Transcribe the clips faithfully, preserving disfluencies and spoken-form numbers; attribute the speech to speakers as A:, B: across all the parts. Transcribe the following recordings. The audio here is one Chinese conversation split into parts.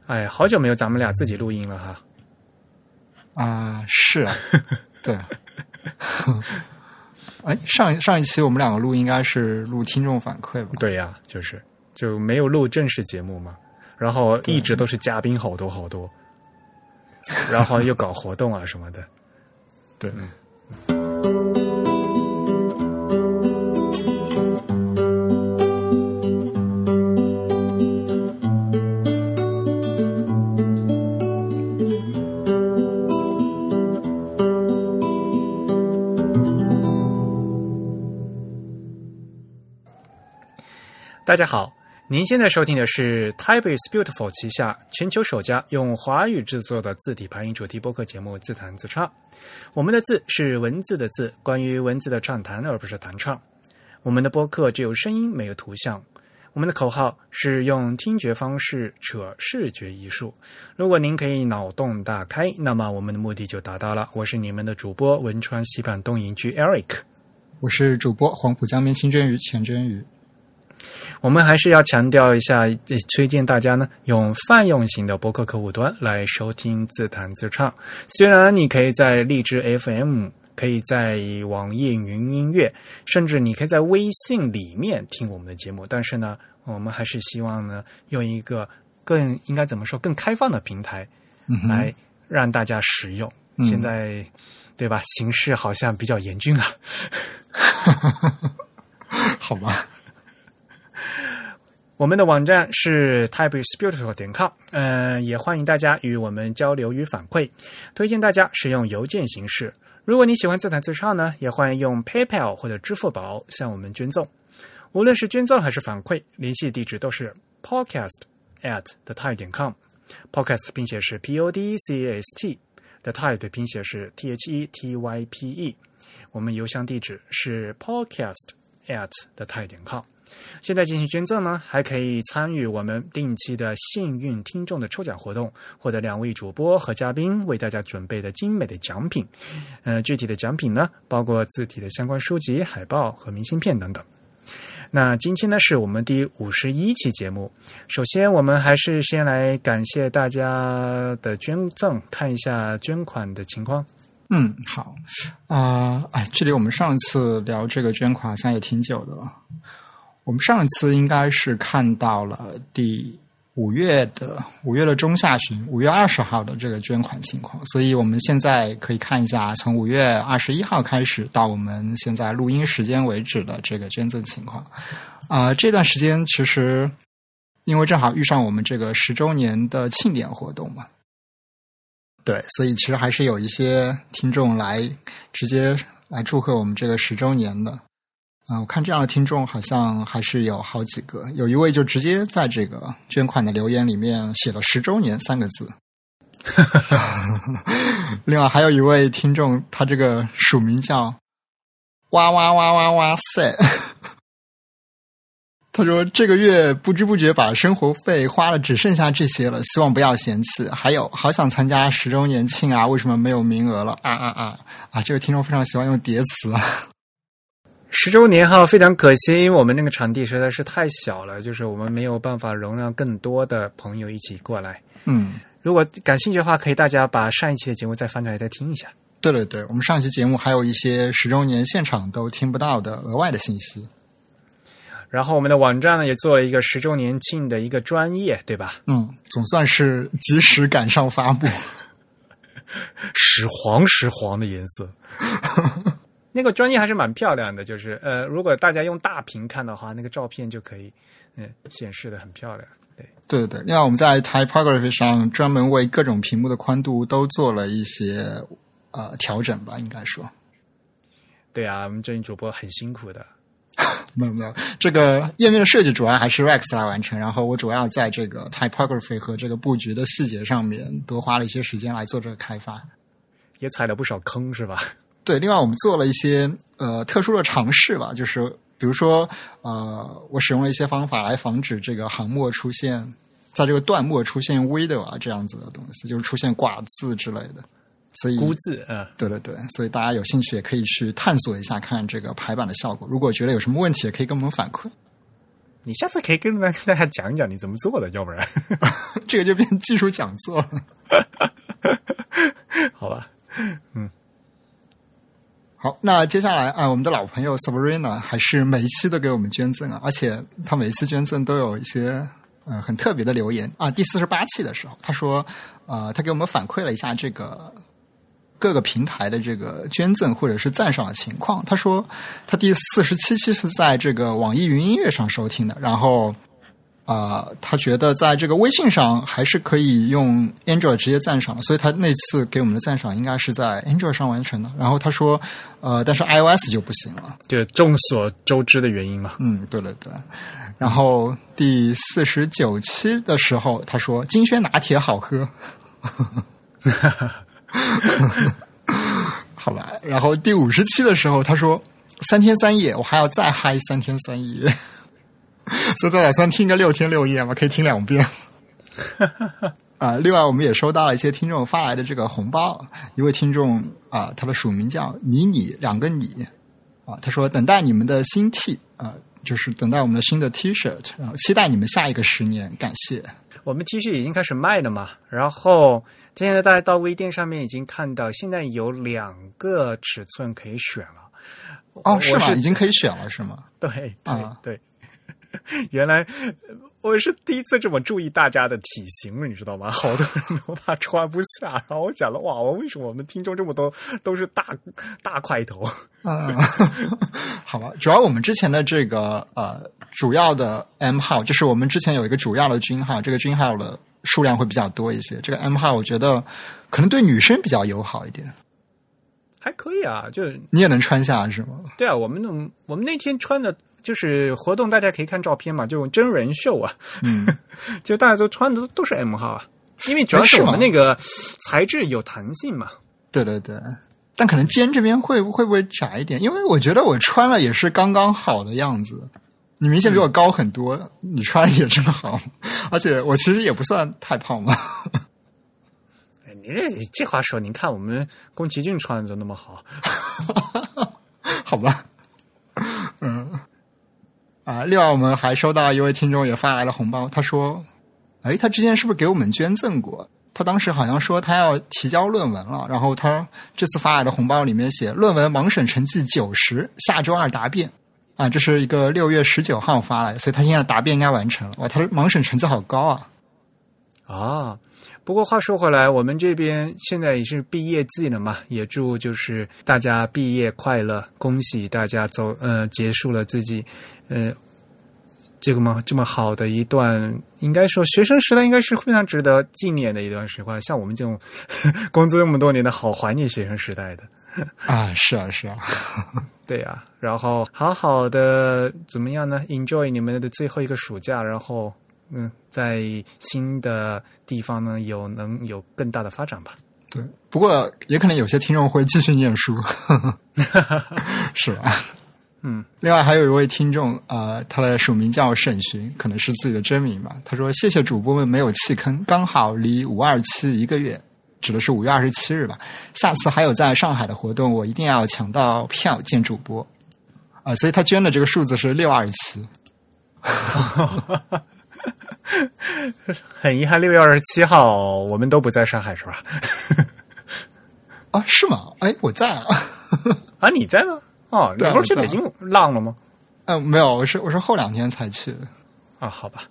A: 哎，好久没有咱们俩自己录音了哈。
B: 啊、呃，是啊，对。哎，上上一期我们两个录应该是录听众反馈吧？
A: 对呀、啊，就是就没有录正式节目嘛，然后一直都是嘉宾好多好多，然后又搞活动啊什么的。
B: 对。
A: 嗯大家好，您现在收听的是 Type is Beautiful 旗下全球首家用华语制作的字体排音主题播客节目自弹自唱。我们的字是文字的字，关于文字的畅谈而不是弹唱。我们的播客只有声音没有图像。我们的口号是用听觉方式扯视觉艺术。如果您可以脑洞大开，那么我们的目的就达到了。我是你们的主播汶川西畔东营区 Eric，
B: 我是主播黄浦江边清蒸鱼钱蒸鱼。
A: 我们还是要强调一下，推荐大家呢用泛用型的播客客户端来收听自弹自唱。虽然你可以在荔枝 F M， 可以在网易云音乐，甚至你可以在微信里面听我们的节目，但是呢，我们还是希望呢用一个更应该怎么说更开放的平台来让大家使用。嗯、现在对吧？形势好像比较严峻啊。
B: 好吧。
A: 我们的网站是 type is beautiful 点 com， 呃，也欢迎大家与我们交流与反馈。推荐大家使用邮件形式。如果你喜欢自弹自唱呢，也欢迎用 PayPal 或者支付宝向我们捐赠。无论是捐赠还是反馈，联系地址都是 podcast at the type 点 com。podcast 拼写是 P O D C A S T，the type 的拼写是 T H E T Y P E。我们邮箱地址是 podcast at the type 点 com。现在进行捐赠呢，还可以参与我们定期的幸运听众的抽奖活动，获得两位主播和嘉宾为大家准备的精美的奖品。呃，具体的奖品呢，包括字体的相关书籍、海报和明信片等等。那今天呢，是我们第五十一期节目。首先，我们还是先来感谢大家的捐赠，看一下捐款的情况。
B: 嗯，好。啊、呃，哎，距离我们上次聊这个捐款好像也挺久的了。我们上一次应该是看到了第五月的五月的中下旬，五月二十号的这个捐款情况，所以我们现在可以看一下从五月二十一号开始到我们现在录音时间为止的这个捐赠情况。啊、呃，这段时间其实因为正好遇上我们这个十周年的庆典活动嘛，对，所以其实还是有一些听众来直接来祝贺我们这个十周年的。啊、呃，我看这样的听众好像还是有好几个，有一位就直接在这个捐款的留言里面写了十周年三个字。另外还有一位听众，他这个署名叫哇哇哇哇哇塞。他说这个月不知不觉把生活费花了只剩下这些了，希望不要嫌弃。还有好想参加十周年庆啊，为什么没有名额了啊啊啊啊！这个听众非常喜欢用叠词啊。
A: 十周年哈，非常可惜，因为我们那个场地实在是太小了，就是我们没有办法容纳更多的朋友一起过来。
B: 嗯，
A: 如果感兴趣的话，可以大家把上一期的节目再翻出来再听一下。
B: 对对对，我们上期节目还有一些十周年现场都听不到的额外的信息。
A: 然后我们的网站呢也做了一个十周年庆的一个专页，对吧？
B: 嗯，总算是及时赶上发布。
A: 屎黄屎黄的颜色。那个专业还是蛮漂亮的，就是呃，如果大家用大屏看的话，那个照片就可以嗯显示的很漂亮。对
B: 对对，另外我们在 Typography 上专门为各种屏幕的宽度都做了一些呃调整吧，应该说。
A: 对啊，我们这主播很辛苦的。
B: 没有没有，这个页面的设计主要还是 Rex 来完成，然后我主要在这个 Typography 和这个布局的细节上面多花了一些时间来做这个开发，
A: 也踩了不少坑是吧？
B: 对，另外我们做了一些呃特殊的尝试吧，就是比如说呃，我使用了一些方法来防止这个行末出现，在这个段末出现 widow 啊这样子的东西，就是出现寡字之类的。所以
A: 孤字，嗯，
B: 对对对，所以大家有兴趣也可以去探索一下，看这个排版的效果。如果觉得有什么问题，也可以跟我们反馈。
A: 你下次可以跟大家讲讲你怎么做的，要不然
B: 这个就变技术讲座了。
A: 好吧，嗯。
B: 好，那接下来啊，我们的老朋友 Sabrina 还是每一期都给我们捐赠啊，而且他每一次捐赠都有一些呃很特别的留言啊。第四十八期的时候，他说呃，他给我们反馈了一下这个各个平台的这个捐赠或者是赞赏的情况。他说他第四十七期是在这个网易云音乐上收听的，然后啊、呃，他觉得在这个微信上还是可以用 Android 直接赞赏的，所以他那次给我们的赞赏应该是在 Android 上完成的。然后他说，呃，但是 iOS 就不行了，
A: 就众所周知的原因嘛。
B: 嗯，对对对。然后第四十九期的时候，他说金萱拿铁好喝，好吧。然后第五十期的时候，他说三天三夜，我还要再嗨三天三夜。所以他打算听个六天六夜嘛，可以听两遍。啊、呃，另外我们也收到了一些听众发来的这个红包，一位听众啊、呃，他的署名叫你你两个你啊，他说等待你们的新 T 啊、呃，就是等待我们的新的 T 恤，然后期待你们下一个十年，感谢。
A: 我们 T 恤已经开始卖了嘛，然后现在大家到微店上面已经看到，现在有两个尺寸可以选了。
B: 哦，是吗？已经可以选了是吗？
A: 对对、
B: 啊、
A: 对。原来我是第一次这么注意大家的体型了，你知道吗？好多人都怕穿不下，然后我讲了，哇，为什么我们听众这么多都是大大块头？
B: 嗯，好吧，主要我们之前的这个呃主要的 M 号，就是我们之前有一个主要的军号，这个军号的数量会比较多一些。这个 M 号我觉得可能对女生比较友好一点。
A: 还可以啊，就
B: 你也能穿下是吗？
A: 对啊，我们那我们那天穿的。就是活动，大家可以看照片嘛，就真人秀啊，
B: 嗯，
A: 就大家都穿的都是 M 号啊，因为主要是我们那个材质有弹性嘛。
B: 对对对，但可能肩这边会会不会窄一点？因为我觉得我穿了也是刚刚好的样子，你明显比我高很多，嗯、你穿也正好，而且我其实也不算太胖嘛。
A: 你这话说，您看我们宫崎骏穿的就那么好，
B: 好吧，嗯。啊，另外我们还收到一位听众也发来了红包，他说哎，他之前是不是给我们捐赠过？他当时好像说他要提交论文了，然后他这次发来的红包里面写论文盲审成绩九十，下周二答辩啊，这是一个六月十九号发来，所以他现在答辩应该完成了。哇，他的盲审成绩好高啊！
A: 啊，不过话说回来，我们这边现在也是毕业季了嘛，也祝就是大家毕业快乐，恭喜大家走呃结束了自己呃这个嘛这么好的一段，应该说学生时代应该是非常值得纪念的一段时光。像我们这种工作这么多年的，好怀念学生时代的
B: 啊！是啊，是啊，
A: 对啊，然后好好的怎么样呢 ？enjoy 你们的最后一个暑假，然后。嗯，在新的地方呢，有能有更大的发展吧。
B: 对，不过也可能有些听众会继续念书，是吧？
A: 嗯。
B: 另外还有一位听众，呃，他的署名叫沈寻，可能是自己的真名吧。他说：“谢谢主播们没有弃坑，刚好离五二七一个月，指的是五月二十七日吧。下次还有在上海的活动，我一定要抢到票见主播。啊、呃，所以他捐的这个数字是六二七。”
A: 很遗憾，六月二十七号我们都不在上海，是吧？
B: 啊，是吗？哎，我在啊！
A: 啊，你在吗？哦，你不是去北京浪了吗？
B: 嗯、呃，没有，我是我是后两天才去的。
A: 啊，好吧。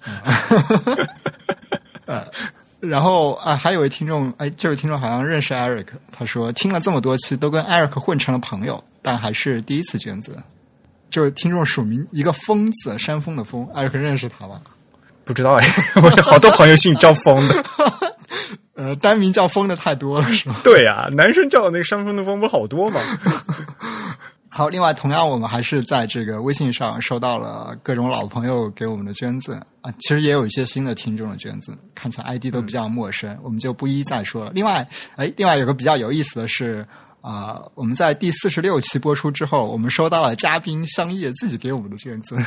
B: 呃，然后啊、呃，还有一位听众，哎，这位听众好像认识 Eric， 他说听了这么多期，都跟 Eric 混成了朋友，但还是第一次捐赠。这位听众署名一个风字，山峰的峰 ，Eric 认识他吧？
A: 不知道哎，我有好多朋友姓叫风的，
B: 呃，单名叫风的太多了，是吧？
A: 对呀、啊，男生叫那个山峰的风不好多吗？
B: 好，另外同样我们还是在这个微信上收到了各种老朋友给我们的捐赠啊，其实也有一些新的听众的捐赠，看起来 I D 都比较陌生，嗯、我们就不一一再说了。另外，哎，另外有个比较有意思的是。啊、呃，我们在第四十六期播出之后，我们收到了嘉宾香叶自己给我们的捐赠，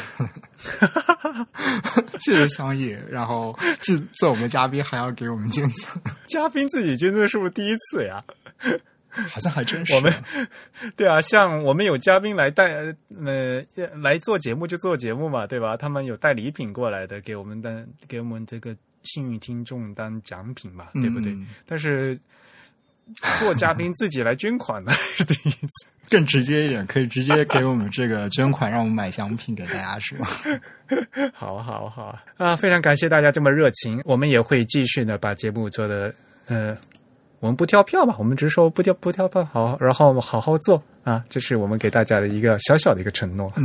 B: 谢谢香叶。然后做我们的嘉宾还要给我们捐赠，
A: 嘉宾自己捐赠是不是第一次呀？
B: 好像还真是。
A: 我们对啊，像我们有嘉宾来带呃来做节目就做节目嘛，对吧？他们有带礼品过来的，给我们当给我们这个幸运听众当奖品嘛，对不对？
B: 嗯、
A: 但是做嘉宾自己来捐款呢，是第一次。
B: 更直接一点，可以直接给我们这个捐款，让我们买奖品给大家，是吗？
A: 好好好啊！非常感谢大家这么热情，我们也会继续的把节目做的呃。我们不跳票吧，我们只是说不跳不跳票，好，然后好好做啊，这是我们给大家的一个小小的一个承诺。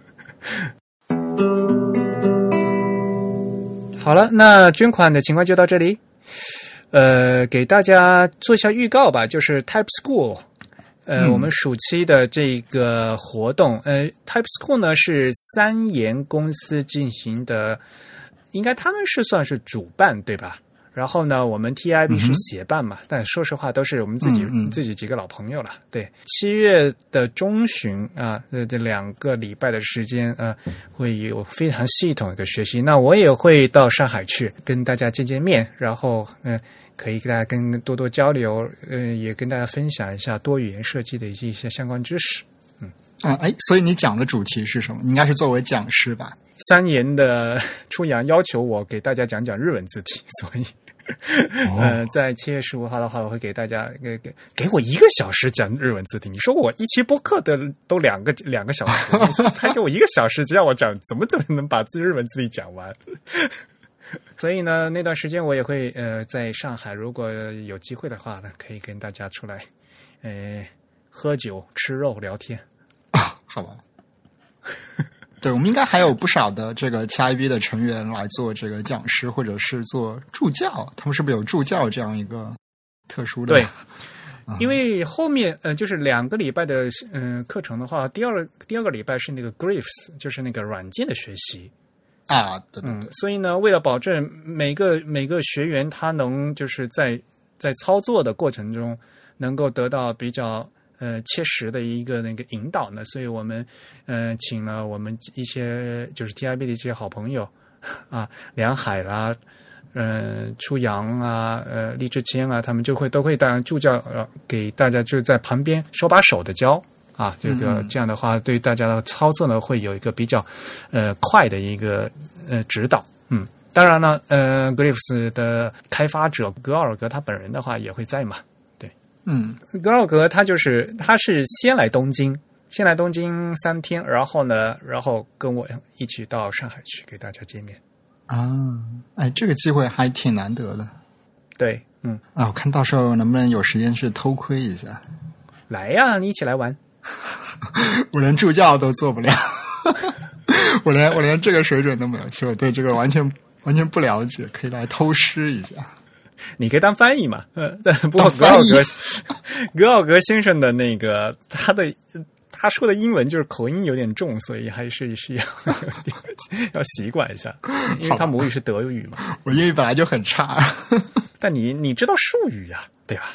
A: 嗯、好了，那捐款的情况就到这里。呃，给大家做一下预告吧，就是 Type School， 呃、嗯，我们暑期的这个活动，呃 ，Type School 呢是三研公司进行的，应该他们是算是主办对吧？然后呢，我们 T I B 是协办嘛，嗯、但说实话都是我们自己、嗯嗯、自己几个老朋友了。对，七月的中旬啊，呃，这两个礼拜的时间啊，会有非常系统的一个学习。那我也会到上海去跟大家见见面，然后嗯、呃，可以跟大家跟多多交流，呃，也跟大家分享一下多语言设计的一些一些相关知识。嗯，
B: 啊，哎，所以你讲的主题是什么？你应该是作为讲师吧？
A: 三研的初阳要求我给大家讲讲日文字体，所以。呃，在七月十五号的话，我会给大家给给给我一个小时讲日文字体。你说我一期播客的都两个两个小时，你说才给我一个小时，只要我讲，怎么怎么能把日文字体讲完？所以呢，那段时间我也会呃在上海，如果有机会的话呢，可以跟大家出来，呃，喝酒、吃肉、聊天。
B: 啊，好吧。对，我们应该还有不少的这个 T I B 的成员来做这个讲师，或者是做助教。他们是不是有助教这样一个特殊的？
A: 对，嗯、因为后面呃就是两个礼拜的嗯、呃、课程的话，第二第二个礼拜是那个 Griffs， 就是那个软件的学习
B: 啊。对对对，
A: 嗯，所以呢，为了保证每个每个学员他能就是在在操作的过程中能够得到比较。呃，切实的一个那个引导呢，所以我们呃请了我们一些就是 T I B 的一些好朋友啊，梁海啦，呃，初阳啊，呃，厉志谦啊，他们就会都会当助教，呃，给大家就在旁边手把手的教啊，这个这样的话对大家的操作呢会有一个比较呃快的一个呃指导，嗯，当然呢，呃 ，Griffs 的开发者格奥尔格他本人的话也会在嘛。
B: 嗯，
A: 格奥格他就是他是先来东京，先来东京三天，然后呢，然后跟我一起到上海去给大家见面
B: 啊。哎，这个机会还挺难得的。
A: 对，嗯
B: 啊，我看到时候能不能有时间去偷窥一下。
A: 来呀，你一起来玩。
B: 我连助教都做不了，我连我连这个水准都没有。其实我对这个完全完全不了解，可以来偷师一下。
A: 你可以当翻译嘛，呃，不过格奥格格奥格先生的那个他的他说的英文就是口音有点重，所以还是需要要习惯一下，因为他母语是德语嘛。
B: 我英语本来就很差，
A: 但你你知道术语呀、啊，对吧？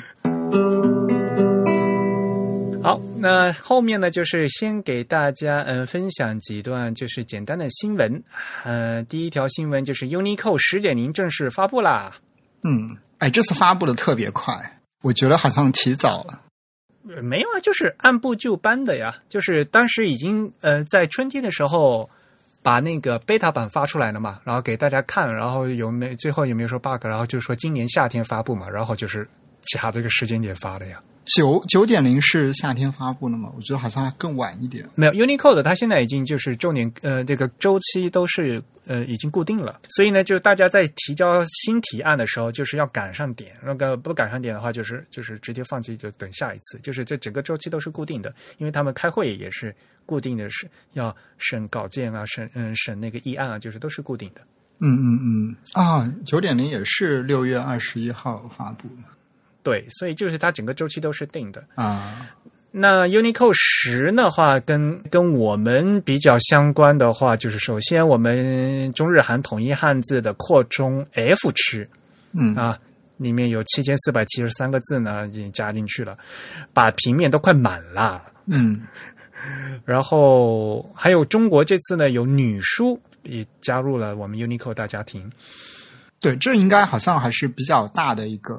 A: 好，那后面呢，就是先给大家嗯、呃、分享几段就是简单的新闻。呃，第一条新闻就是 Unicode 十点零 正式发布啦。
B: 嗯，哎，这次发布的特别快，我觉得好像提早了。
A: 没有啊，就是按部就班的呀。就是当时已经呃在春天的时候把那个 beta 版发出来了嘛，然后给大家看，然后有没最后有没有说 bug， 然后就说今年夏天发布嘛，然后就是卡这个时间点发的呀。
B: 九九点零是夏天发布的吗？我觉得好像更晚一点。
A: 没有 Unicode 它现在已经就是周年呃这个周期都是呃已经固定了，所以呢就大家在提交新提案的时候就是要赶上点，那个不赶上点的话就是就是直接放弃，就等下一次，就是这整个周期都是固定的，因为他们开会也是固定的，是要审稿件啊，审嗯审那个议案啊，就是都是固定的。
B: 嗯嗯嗯啊，九点零也是六月二十一号发布的。
A: 对，所以就是它整个周期都是定的
B: 啊。
A: 那 Unicode 十的话，跟跟我们比较相关的话，就是首先我们中日韩统一汉字的扩充 F 区，
B: 嗯
A: 啊，里面有七千四百七十三个字呢，已经加进去了，把平面都快满了。
B: 嗯，
A: 然后还有中国这次呢，有女书也加入了我们 Unicode 大家庭。
B: 对，这应该好像还是比较大的一个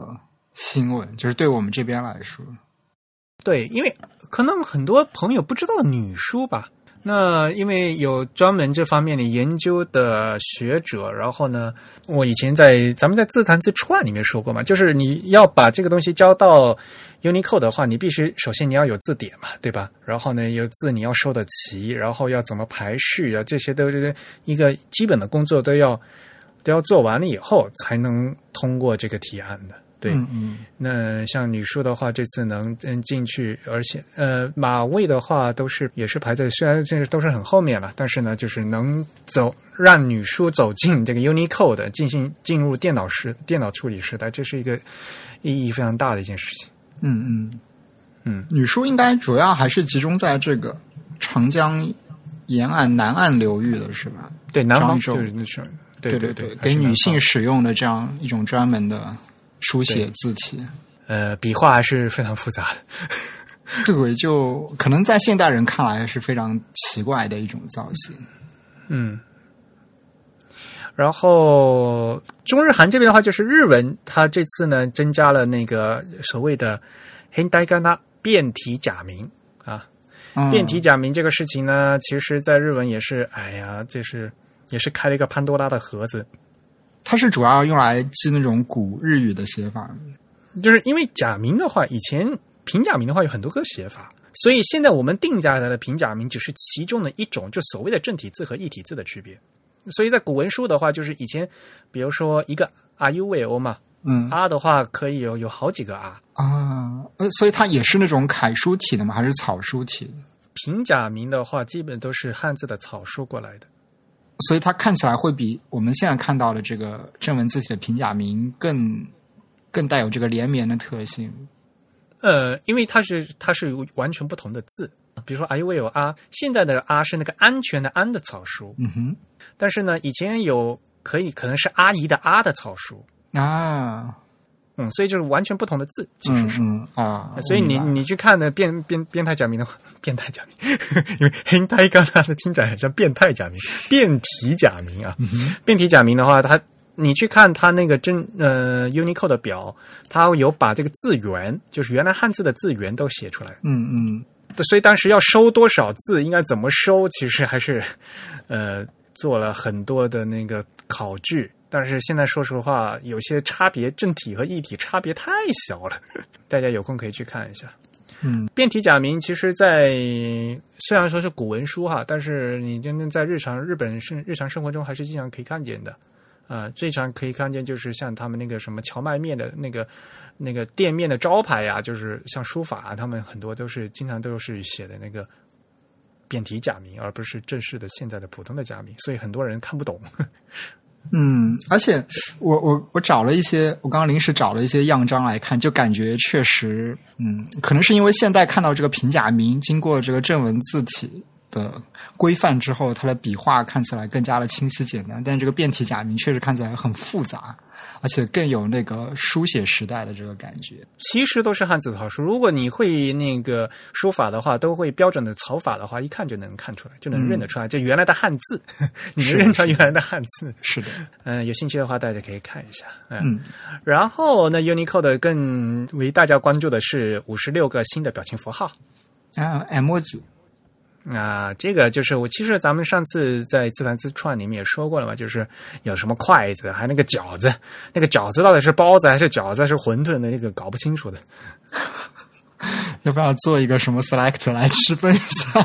B: 新闻，就是对我们这边来说。
A: 对，因为可能很多朋友不知道女书吧。那因为有专门这方面的研究的学者，然后呢，我以前在咱们在自弹自传里面说过嘛，就是你要把这个东西交到 Unicode 的话，你必须首先你要有字典嘛，对吧？然后呢，有字你要收得齐，然后要怎么排序啊，这些都是一个基本的工作都要都要做完了以后，才能通过这个提案的。对，
B: 嗯嗯，
A: 那像女书的话，这次能嗯进去，而且呃马位的话都是也是排在，虽然这都是很后面了，但是呢，就是能走让女书走进这个 Unicode 进行进入电脑时电脑处理时代，这是一个意义非常大的一件事情。
B: 嗯嗯
A: 嗯，
B: 女书应该主要还是集中在这个长江沿岸南岸流域的是吧？
A: 对，南方
B: 就
A: 就是那是对
B: 对
A: 对，
B: 给女性使用的这样一种专门的书写字体，
A: 呃，笔画还是非常复杂的。
B: 对，就可能在现代人看来是非常奇怪的一种造型。
A: 嗯，然后中日韩这边的话，就是日文，它这次呢增加了那个所谓的変体仮名变体假名啊。
B: 嗯、
A: 变体假名这个事情呢，其实在日文也是，哎呀，这是也是开了一个潘多拉的盒子。
B: 它是主要用来记那种古日语的写法，
A: 就是因为假名的话，以前平假名的话有很多个写法，所以现在我们定下来的平假名只是其中的一种，就所谓的正体字和异体字的区别。所以在古文书的话，就是以前比如说一个 a u v o 嘛，
B: 嗯
A: ，r 的话可以有有好几个 r
B: 啊，呃，所以它也是那种楷书体的吗？还是草书体的？
A: 平假名的话，基本都是汉字的草书过来的。
B: 所以它看起来会比我们现在看到的这个正文字体的平假名更更带有这个连绵的特性。
A: 呃，因为它是它是完全不同的字，比如说 I U V O R， 现在的 R 是那个安全的安的草书，
B: 嗯哼，
A: 但是呢，以前有可以可能是阿姨的阿的草书
B: 啊。
A: 嗯，所以就是完全不同的字，其实是、
B: 嗯嗯、啊，
A: 所以你你去看的变变变态假名的话，变态假名，因为変態仮名的听起来很像变态假名，变体假名啊，
B: 嗯、
A: 变体假名的话，它你去看它那个真呃 Unicode 的表，它有把这个字源，就是原来汉字的字源都写出来，
B: 嗯嗯，
A: 所以当时要收多少字，应该怎么收，其实还是呃做了很多的那个考据。但是现在说实话，有些差别正体和异体差别太小了，大家有空可以去看一下。
B: 嗯，
A: 变体假名其实在虽然说是古文书哈，但是你真正在日常日本生日常生活中还是经常可以看见的。啊、呃，最常可以看见就是像他们那个什么荞麦面的那个那个店面的招牌呀、啊，就是像书法、啊，他们很多都是经常都是写的那个变体假名，而不是正式的现在的普通的假名，所以很多人看不懂。
B: 嗯，而且我我我找了一些，我刚刚临时找了一些样章来看，就感觉确实，嗯，可能是因为现在看到这个平假名经过这个正文字体的规范之后，它的笔画看起来更加的清晰简单，但这个变体假名确实看起来很复杂，而且更有那个书写时代的这个感觉。
A: 其实都是汉字草书，如果你会那个书法的话，都会标准的草法的话，一看就能看出来，就能认得出来，嗯、就原来的汉字，你能认出来原来的汉字。
B: 是的，
A: 嗯、呃，有兴趣的话，大家可以看一下。嗯，
B: 嗯
A: 然后呢 ，Unicode 更为大家关注的是五十六个新的表情符号
B: 啊 ，emoji。
A: 啊，这个就是我其实咱们上次在自弹自传里面也说过了嘛，就是有什么筷子，还有那个饺子，那个饺子到底是包子还是饺子还是馄饨的，那个搞不清楚的。
B: 要不要做一个什么 select 来区分一下？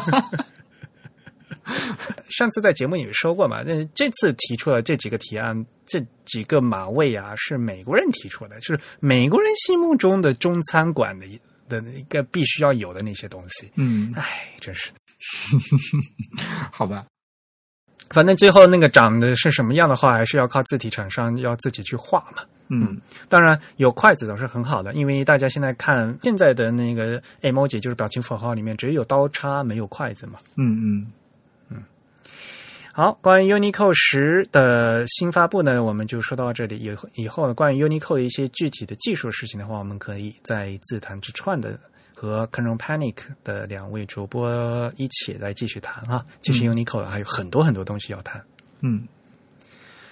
A: 上次在节目里说过嘛，这次提出了这几个提案，这几个码位啊，是美国人提出的，就是美国人心目中的中餐馆的的一个必须要有的那些东西。
B: 嗯，
A: 哎，真是的。
B: 好吧，
A: 反正最后那个长得是什么样的话，还是要靠字体厂商要自己去画嘛。
B: 嗯，
A: 当然有筷子总是很好的，因为大家现在看现在的那个 emoji 就是表情符号里面只有刀叉没有筷子嘛。
B: 嗯嗯
A: 嗯。好，关于 Unicode 十的新发布呢，我们就说到这里。以后以后关于 Unicode 的一些具体的技术事情的话，我们可以在自弹自串的和 Control Panic 的两位主播一起来继续谈啊。其实 Unicode 还有很多很多东西要谈。
B: 嗯。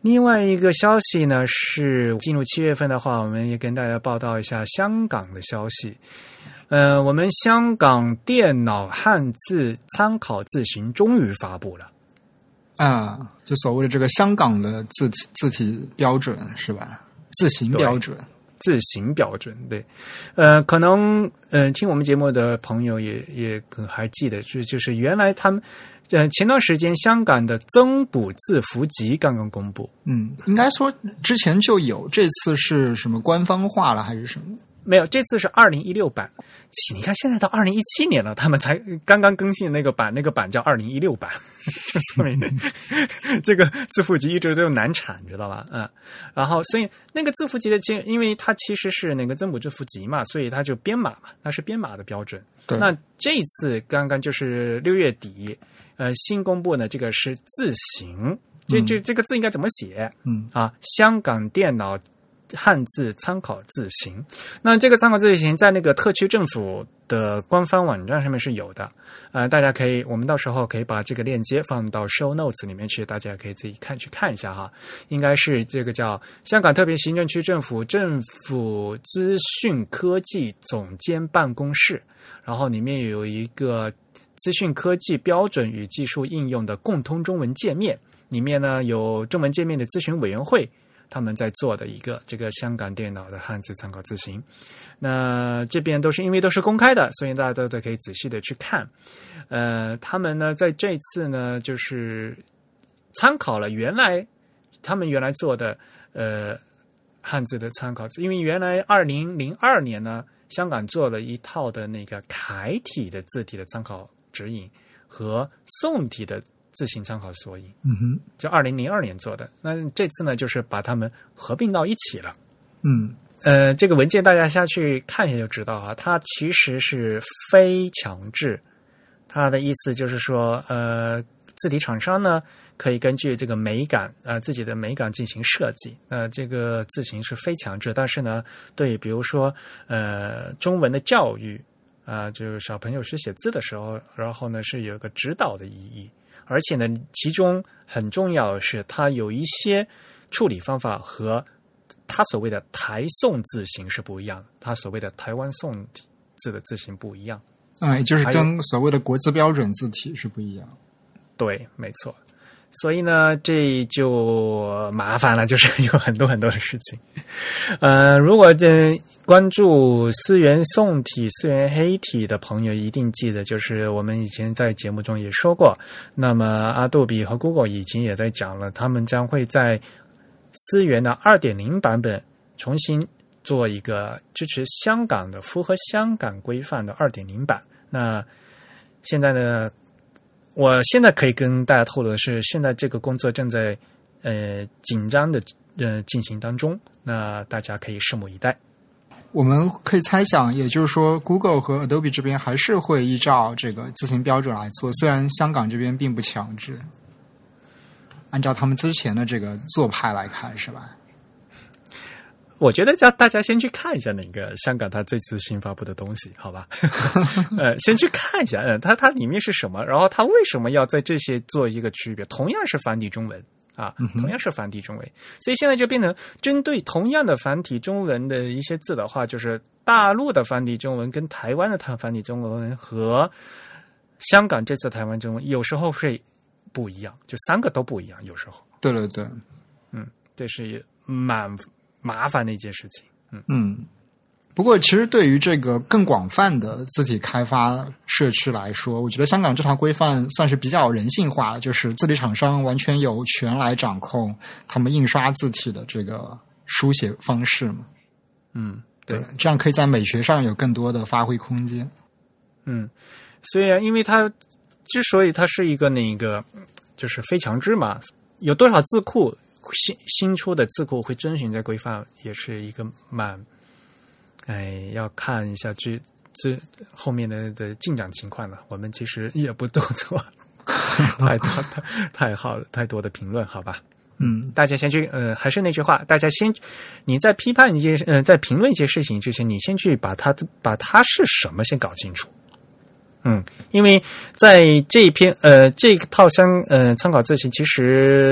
A: 另外一个消息呢，是进入七月份的话，我们也跟大家报道一下香港的消息。呃，我们香港电脑汉字参考字型终于发布了。
B: 啊，就所谓的这个香港的字体字体标准是吧？字形标准，
A: 字形标准，对。呃，可能呃听我们节目的朋友也也可还记得，就就是原来他们呃前段时间香港的增补字符集刚刚公布。
B: 嗯，应该说之前就有，这次是什么官方化了还是什么？
A: 没有，这次是二零一六版。你看现在到二零一七年了，他们才刚刚更新那个版，那个版叫二零一六版，就说明这个字符集一直都难产，知道吧？嗯，然后所以那个字符集的，因为它其实是那个增补字符集嘛，所以它就编码嘛，它是编码的标准。那这一次刚刚就是六月底，呃，新公布的这个是字形，这这这个字应该怎么写？
B: 嗯
A: 啊，香港电脑汉字参考字型。那这个参考字型在那个特区政府的官方网站上面是有的，呃，大家可以，我们到时候可以把这个链接放到 show notes 里面去，大家可以自己看去看一下哈。应该是这个叫香港特别行政区政府政府资讯科技总监办公室，然后里面有一个资讯科技标准与技术应用的共通中文界面，里面呢有中文界面的咨询委员会。他们在做的一个这个香港电脑的汉字参考字型，那这边都是因为都是公开的，所以大家都都可以仔细的去看。呃，他们呢在这次呢就是参考了原来他们原来做的呃汉字的参考字，因为原来二零零二年呢，香港做了一套的那个楷体的字体的参考指引和宋体的字形参考索引，
B: 嗯哼，
A: 就二零零二年做的。那这次呢，就是把它们合并到一起了。
B: 嗯，
A: 呃，这个文件大家下去看一下就知道啊，它其实是非强制。它的意思就是说，呃，字体厂商呢可以根据这个美感，呃，自己的美感进行设计。呃，这个字形是非强制，但是呢，对，比如说，呃，中文的教育啊、呃，就是小朋友学写字的时候，然后呢是有一个指导的意义。而且呢，其中很重要的是，它有一些处理方法和它所谓的台宋字形是不一样的，它所谓的台湾宋体字的字形不一样。
B: 啊，也就是跟所谓的国字标准字体是不一样。
A: 对，没错。所以呢，这就麻烦了，就是有很多很多的事情。呃，如果这关注思源宋体、思源黑体的朋友，一定记得，就是我们以前在节目中也说过，那么阿杜比和 Google 已经也在讲了，他们将会在思源的 二点零 版本重新做一个支持香港的、符合香港规范的 二点零 版。那现在呢，我现在可以跟大家透露的是，现在这个工作正在呃紧张的呃进行当中，那大家可以拭目以待。
B: 我们可以猜想，也就是说 Google 和 Adobe 这边还是会依照这个字形标准来做，虽然香港这边并不强制，按照他们之前的这个做派来看，是吧？
A: 我觉得叫大家先去看一下那个香港它这次新发布的东西，好吧？呃，先去看一下，嗯，它它里面是什么，然后它为什么要在这些做一个区别？同样是繁体中文啊，同样是繁体中文，所以现在就变成针对同样的繁体中文的一些字的话，就是大陆的繁体中文跟台湾的繁体中文和香港这次台湾中文有时候会不一样，就三个都不一样，有时候。
B: 对对对，
A: 嗯，这是蛮麻烦的一件事情。嗯
B: 嗯，不过其实对于这个更广泛的字体开发社区来说，我觉得香港这套规范算是比较人性化的，就是字体厂商完全有权来掌控他们印刷字体的这个书写方式嘛。
A: 嗯，对，
B: 对，这样可以在美学上有更多的发挥空间。
A: 嗯，所以啊，因为它之所以它是一个那个就是非强制嘛，有多少字库新新出的字库会遵循这规范，也是一个蛮，哎，要看一下这这后面的的进展情况了。我们其实也不多做太多太太好太多的评论，好吧？
B: 嗯，
A: 大家先去呃，还是那句话，大家先你在批判一些呃，在评论一些事情之前，你先去把它把它是什么先搞清楚。嗯，因为在这一篇呃这一套相呃参考字型，其实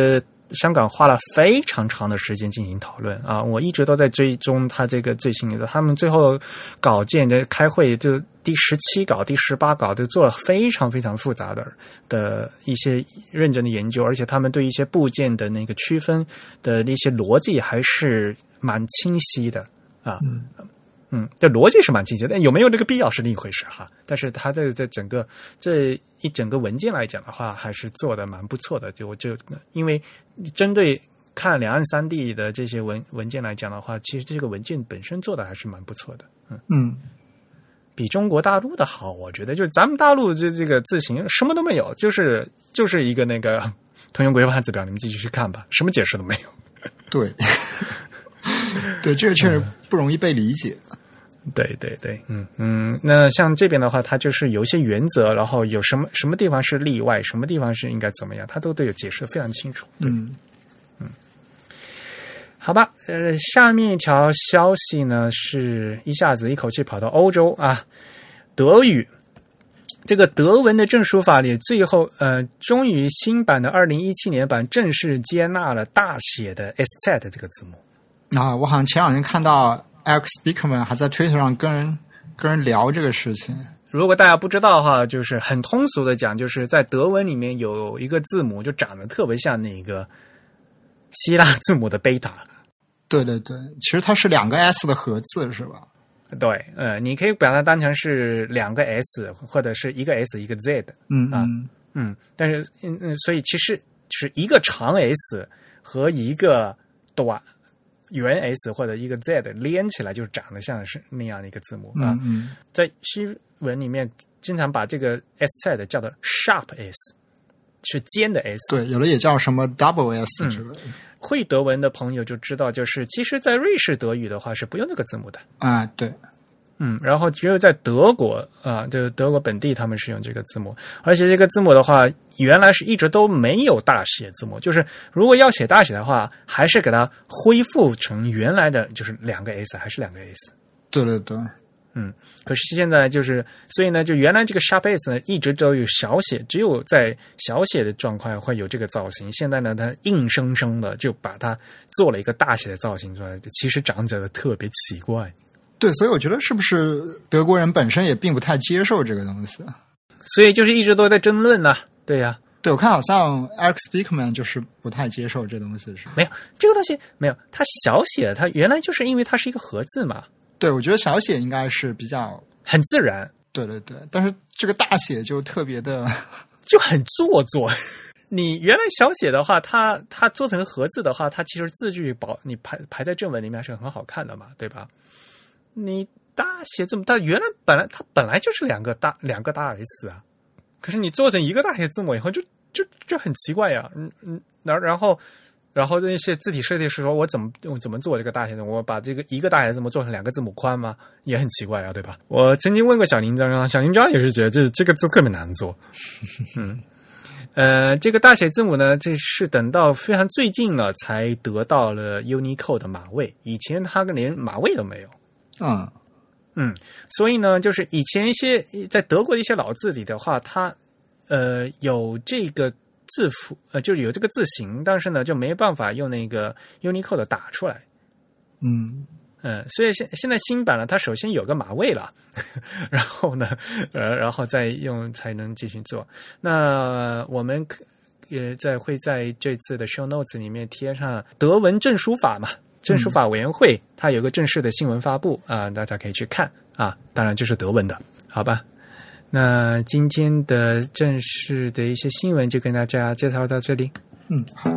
A: 香港花了非常长的时间进行讨论啊，我一直都在追踪他这个最新的，他们最后稿件的开会就第十七稿、第十八稿都做了非常非常复杂的的一些认真的研究，而且他们对一些部件的那个区分的一些逻辑还是蛮清晰的啊。嗯嗯，这逻辑是蛮清晰的，但有没有这个必要是另一回事哈。但是它这这整个这一整个文件来讲的话，还是做的蛮不错的。就就因为针对看两岸三地的这些文文件来讲的话，其实这个文件本身做的还是蛮不错的。嗯
B: 嗯，
A: 比中国大陆的好，我觉得就是咱们大陆这这个字形什么都没有，就是就是一个那个通用规范字表，你们自己去看吧，什么解释都没有。
B: 对，对，这个确实不容易被理解。
A: 对对对，嗯嗯，那像这边的话，它就是有一些原则，然后有什么什么地方是例外，什么地方是应该怎么样，它都都有解释的非常清楚。
B: 嗯
A: 嗯，好吧，呃，下面一条消息呢，是一下子一口气跑到欧洲啊，德语。这个德文的正书法里，最后呃，终于新版的二零一七年版正式接纳了大写的 S Z 这个字母。
B: 啊，我好像前两天看到 Alex Beckman 还在 Twitter 上跟人跟人聊这个事情。
A: 如果大家不知道的话，就是很通俗的讲，就是在德文里面有一个字母就长得特别像那个希腊字母的贝塔。
B: 对对对，其实它是两个 S 的合字是吧？
A: 对，呃，你可以把它当成是两个 S 或者是一个 S 一个 Z 的。
B: 嗯
A: 啊
B: 嗯
A: 嗯，但是嗯嗯，所以其实是一个长 S 和一个短圆 S 或者一个 Z 连起来，就长得像是那样的一个字母啊。
B: 嗯嗯，
A: 在西文里面，经常把这个 S Z 叫做 sharp S， 是尖的 S。
B: 对，有的也叫什么 double S 之类的。
A: 嗯，会德文的朋友就知道，就是其实在瑞士德语的话是不用那个字母的
B: 啊，对，
A: 嗯，然后只有在德国啊，就是德国本地他们是用这个字母，而且这个字母的话，原来是一直都没有大写字母，就是如果要写大写的话，还是给它恢复成原来的，就是两个 S 还是两个 S。
B: 对对对，
A: 嗯，可是现在就是，所以呢，就原来这个 sharp S 呢，一直都有小写，只有在小写的状况会有这个造型。现在呢，它硬生生的就把它做了一个大写的造型出来，其实长着的特别奇怪。
B: 对，所以我觉得是不是德国人本身也并不太接受这个东西，
A: 所以就是一直都在争论呐、啊。对呀、啊，
B: 对我看好像 Alex Beckman 就是不太接受这东西，是
A: 没有这个东西没有，它小写，它原来就是因为它是一个合字嘛。
B: 对，我觉得小写应该是比较
A: 很自然。
B: 对对对，但是这个大写就特别的
A: 就很做作。你原来小写的话，它它做成合字的话，它其实字句保你排排在正文里面是很好看的嘛，对吧？你大写字母，它原来本来它本来就是两个大两个大 S 啊，可是你做成一个大写字母以后就，就就就很奇怪呀。嗯嗯，然然后然后那些字体设计师说，我怎么我怎么做这个大写字母？我把这个一个大写字母做成两个字母宽吗？也很奇怪啊，对吧？我曾经问过小林章啊，小林章也是觉得这这个字特别难做。嗯。呃，这个大写字母呢，这是等到非常最近了才得到了 Unicode 的码位，以前它连码位都没有。
B: 嗯
A: 嗯，所以呢，就是以前一些在德国的一些老字体的话，它呃有这个字符，呃就是有这个字形，但是呢就没办法用那个 Unicode 打出来。
B: 嗯
A: 嗯，所以现现在新版了，它首先有个码位了，然后呢，呃，然后再用才能继续做。那我们也在会在这次的 show notes 里面贴上德文正书法嘛。正书法委员会它有个正式的新闻发布啊、呃，大家可以去看啊，当然这是德文的，好吧？那今天的正式的一些新闻就跟大家介绍到这里。
B: 嗯，好，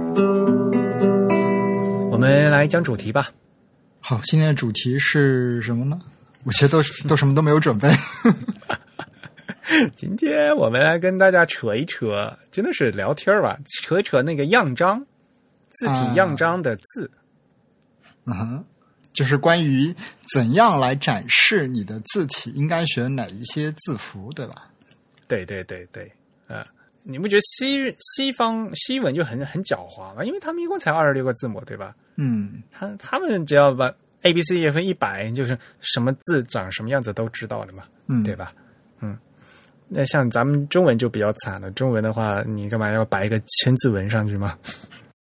A: 我们来讲主题吧。
B: 好，今天的主题是什么呢？我其实都都什么都没有准备。
A: 今天我们来跟大家扯一扯，真的是聊天吧，扯一扯那个样章，字体样章的字。啊
B: 嗯哼，就是关于怎样来展示你的字体，应该选哪一些字符，对吧？
A: 对对对对，呃，你不觉得西西方西文就很很狡猾吗？因为他们一共才二十六个字母，对吧？
B: 嗯，
A: 他他们只要把 A B C 也分一百，就是什么字长什么样子都知道了嘛，
B: 嗯，
A: 对吧？嗯，那像咱们中文就比较惨了，中文的话，你干嘛要摆一个千字文上去吗？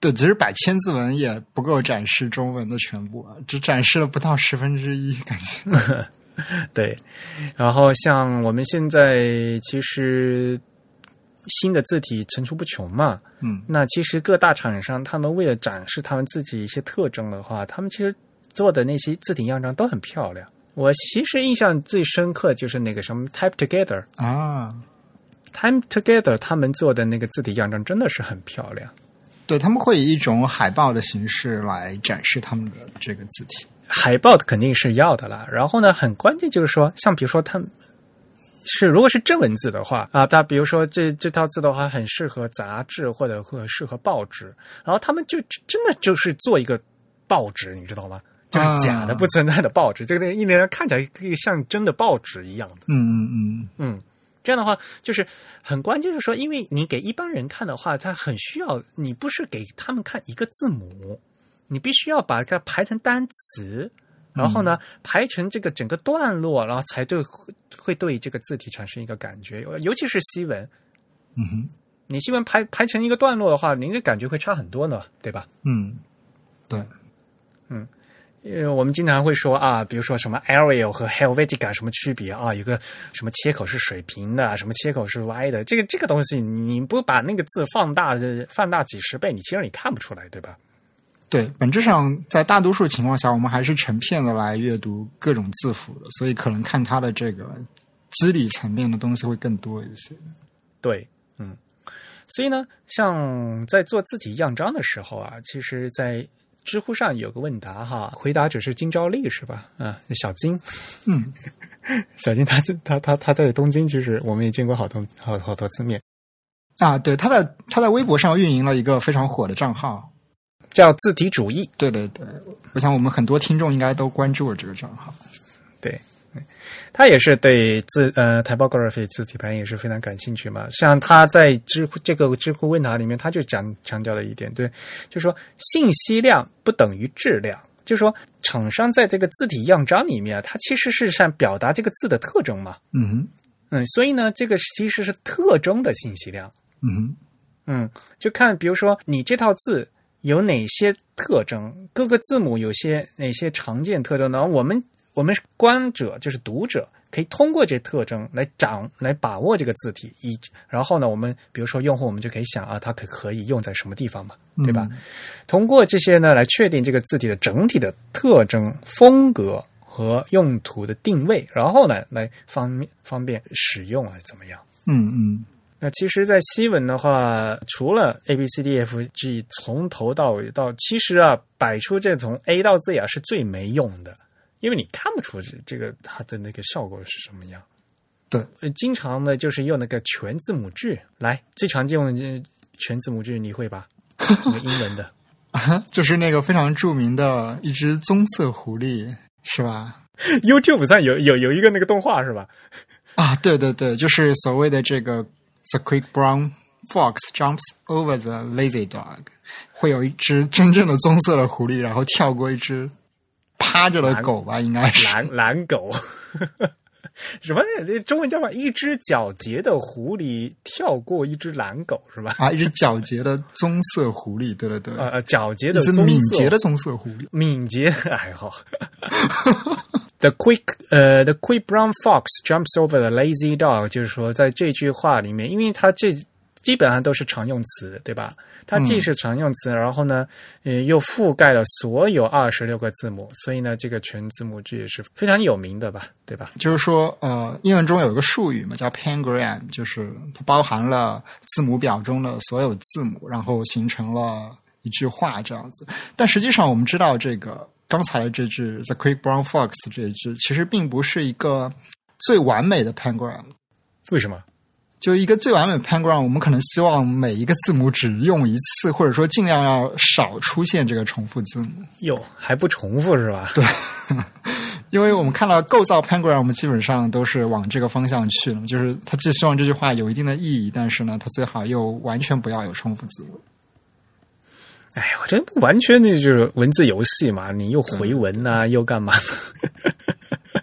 B: 对，其实百千字文也不够展示中文的全部啊，只展示了不到十分之一，感觉。
A: 对，然后像我们现在其实新的字体层出不穷嘛，
B: 嗯，
A: 那其实各大厂商他们为了展示他们自己一些特征的话，他们其实做的那些字体样章都很漂亮。我其实印象最深刻就是那个什么 Type Together
B: 啊
A: Type Together 他们做的那个字体样章真的是很漂亮。
B: 对，他们会以一种海报的形式来展示他们的这个字体。
A: 海报肯定是要的啦，然后呢，很关键就是说，像比如说他们是如果是正文字的话啊，他比如说这这套字的话，很适合杂志或者或者适合报纸，然后他们就真的就是做一个报纸，你知道吗？就是假的、不存在的报纸，这个一人看起来可以像真的报纸一样的。
B: 嗯嗯嗯
A: 嗯。这样的话，就是很关键，就是说，因为你给一般人看的话，他很需要，你不是给他们看一个字母，你必须要把它排成单词，然后呢，嗯、排成这个整个段落，然后才对会对这个字体产生一个感觉，尤其是西文。
B: 嗯哼，
A: 你西文排排成一个段落的话，您的感觉会差很多呢，对吧？
B: 嗯，对，
A: 嗯。因为我们经常会说啊，比如说什么 Arial 和 Helvetica 什么区别啊？有个什么切口是水平的，什么切口是歪的，这个这个东西你不把那个字放大放大几十倍，你其实你看不出来，对吧？
B: 对，本质上在大多数情况下，我们还是成片的来阅读各种字符的，所以可能看它的这个机理层面的东西会更多一些。
A: 对，嗯，所以呢，像在做字体样章的时候啊，其实在知乎上有个问答哈，回答者是金昭丽是吧？啊，小金，
B: 嗯，
A: 小金他他他他在东京，其实我们也见过好多好好多次面
B: 啊。对，他在他在微博上运营了一个非常火的账号，
A: 叫字体主义。
B: 对对对，我想我们很多听众应该都关注了这个账号。
A: 对。他也是对字呃 typography 字体排印也是非常感兴趣嘛。像他在知乎这个知乎问答里面，他就讲强调了一点，对，就是说信息量不等于质量，就是说厂商在这个字体样章里面，它其实是想表达这个字的特征嘛。
B: 嗯哼，
A: 嗯，所以呢，这个其实是特征的信息量。
B: 嗯哼，
A: 嗯，就看比如说你这套字有哪些特征，各个字母有些哪些常见特征呢？我们。我们观者就是读者，可以通过这特征来掌来把握这个字体，以然后呢，我们比如说用户，我们就可以想啊，它可可以用在什么地方嘛，对吧？嗯、通过这些呢，来确定这个字体的整体的特征、风格和用途的定位，然后呢，来方便方便使用啊，怎么样？
B: 嗯嗯。
A: 那其实，在西文的话，除了 A B C D F G 从头到尾到，其实啊，摆出这从 A 到 Z 啊是最没用的。因为你看不出这个它的那个效果是什么样。
B: 对，
A: 经常呢就是用那个全字母句来，最常见用的全字母句你会吧？那个英文的，
B: 就是那个非常著名的一只棕色狐狸，是吧
A: ？YouTube 上有有有一个那个动画是吧？
B: 啊，对对对，就是所谓的这个 The Quick Brown Fox jumps over the lazy dog， 会有一只真正的棕色的狐狸，然后跳过一只。趴着的狗吧，应该是
A: 蓝蓝狗，什么？中文叫法？一只皎洁的狐狸跳过一只蓝狗，是吧？
B: 啊，一只皎洁的棕色狐狸，对对对，
A: 呃，皎洁的棕
B: 色，敏捷的棕色狐狸，
A: 敏捷，哎好。The quick, 呃、uh, ，The quick brown fox jumps over the lazy dog， 就是说，在这句话里面，因为它这基本上都是常用词，对吧？它既是常用词，嗯、然后呢，呃，又覆盖了所有二十六个字母，所以呢，这个全字母句也是非常有名的吧，对吧？
B: 就是说，呃，英文中有一个术语嘛，叫 pangram， 就是它包含了字母表中的所有字母，然后形成了一句话这样子。但实际上，我们知道这个刚才的这句 The Quick Brown Fox 这一句，其实并不是一个最完美的 pangram。
A: 为什么？
B: 就一个最完美的 pangram， 我们可能希望每一个字母只用一次，或者说尽量要少出现这个重复字母。
A: 哟，还不重复是吧？
B: 对，因为我们看到构造 pangram， 我们基本上都是往这个方向去了，就是他既希望这句话有一定的意义，但是呢，他最好又完全不要有重复字母。
A: 哎，我这不完全那就是文字游戏嘛，你又回文啊，又干嘛呢？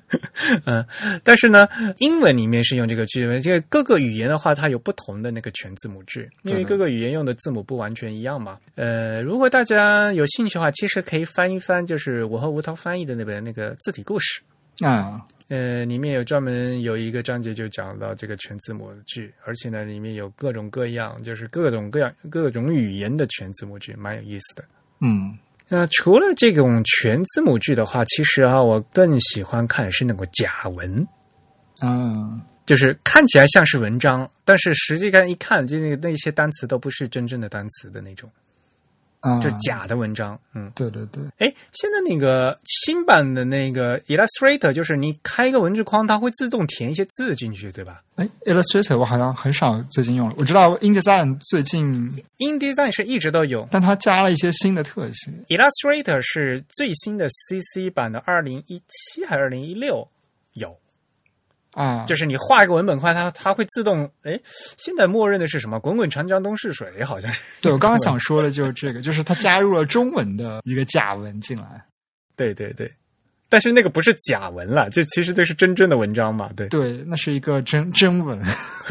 A: 嗯，但是呢，英文里面是用这个句，这个各个语言的话，它有不同的那个全字母句，因为各个语言用的字母不完全一样嘛。呃，如果大家有兴趣的话，其实可以翻一翻，就是我和吴涛翻译的那本那个字体故事
B: 啊。
A: 呃，里面有专门有一个章节就讲到这个全字母句，而且呢，里面有各种各样，就是各种各样各种语言的全字母句，蛮有意思的。
B: 嗯。
A: 那除了这种全字母句的话，其实啊，我更喜欢看是那个假文，
B: 嗯，
A: 就是看起来像是文章，但是实际上一看，就那那些单词都不是真正的单词的那种，
B: 嗯，
A: 就假的文章。嗯，
B: 对对对。
A: 哎，现在那个新版的那个 Illustrator， 就是你开一个文字框，它会自动填一些字进去，对吧？
B: 哎 ，Illustrator 我好像很少最近用了，我知道 InDesign 最近
A: InDesign 是一直都有，
B: 但它加了一些新的特性。
A: Illustrator 是最新的 C C 版的二零一七还是二零一六有
B: 啊，
A: 就是你画一个文本块，它它会自动，哎，现在默认的是什么？滚滚长江东逝水，好像是。
B: 对，我刚刚想说的就是这个，就是它加入了中文的一个假文进来。
A: 对对对。但是那个不是假文了，就其实这是真正的文章嘛，对。
B: 对，那是一个真真文。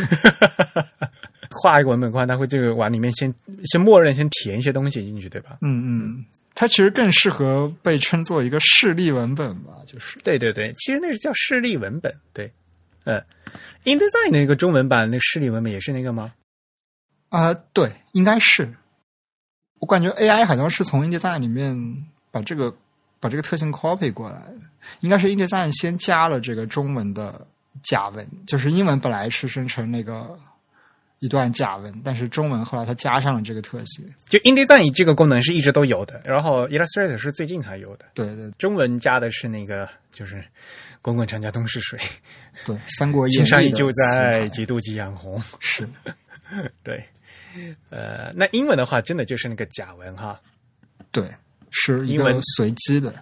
A: 画一个文本框，它会这个往里面先先默认先填一些东西进去，对吧？
B: 嗯嗯，它其实更适合被称作一个示例文本吧，就是。
A: 对对对，其实那是叫示例文本，对。嗯 ，InDesign 那个中文版那个示例文本也是那个吗？
B: 啊、呃，对，应该是。我感觉 A I 好像是从 InDesign 里面把这个。把这个特性 copy 过来，应该是 InDesign 先加了这个中文的假文，就是英文本来是生成那个一段假文，但是中文后来它加上了这个特性。
A: 就 InDesign 这个功能是一直都有的，然后 Illustrator 是最近才有的。
B: 对对，
A: 中文加的是那个就是滚滚长江东逝水，
B: 对，三国演义
A: 青山依旧在，几度夕阳红。
B: 是，
A: 对，呃，那英文的话，真的就是那个假文哈。
B: 对。是一个随机的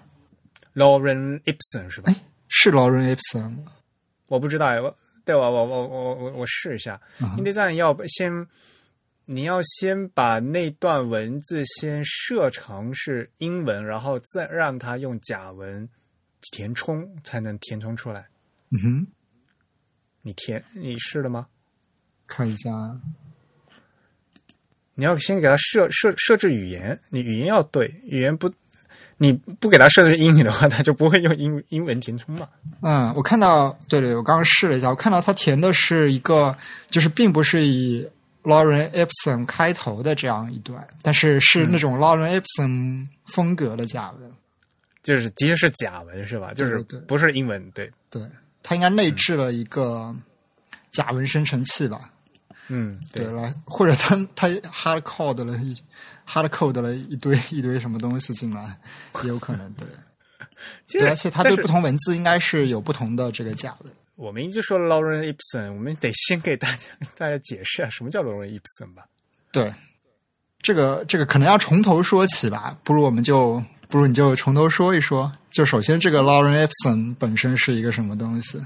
A: Lorem Ipsum 是吧？
B: 哎，是 Lorem Ipsum 吗？
A: 我不知道，我对我我我我我我试一下。InDesign 要先，你要先把那段文字先设成是英文，然后再让它用假文填充，才能填充出来。
B: 嗯哼，
A: 你填你试了吗？
B: 看一下。
A: 你要先给它设设设置语言，你语言要对，语言不，你不给它设置英语的话，它就不会用英英文填充嘛。
B: 嗯，我看到，对对，我刚刚试了一下，我看到它填的是一个，就是并不是以 Lorem Ipsum 开头的这样一段，但是是那种 Lorem Ipsum 风格的假文，嗯、
A: 就是的确是假文是吧？就是不是英文，对
B: 对，它应该内置了一个假文生成器吧。
A: 嗯，对
B: 了，或者他他 hard code 了一 hard code 了一堆一堆什么东西进来，也有可能对。对，而且他对不同文字应该是有不同的这个假文。
A: 我们一直说 Lorem Ipsum， 我们得先给大家大家解释啊，什么叫 Lorem Ipsum 吧？
B: 对，这个这个可能要从头说起吧，不如我们就不如你就从头说一说。就首先，这个 Lorem Ipsum 本身是一个什么东西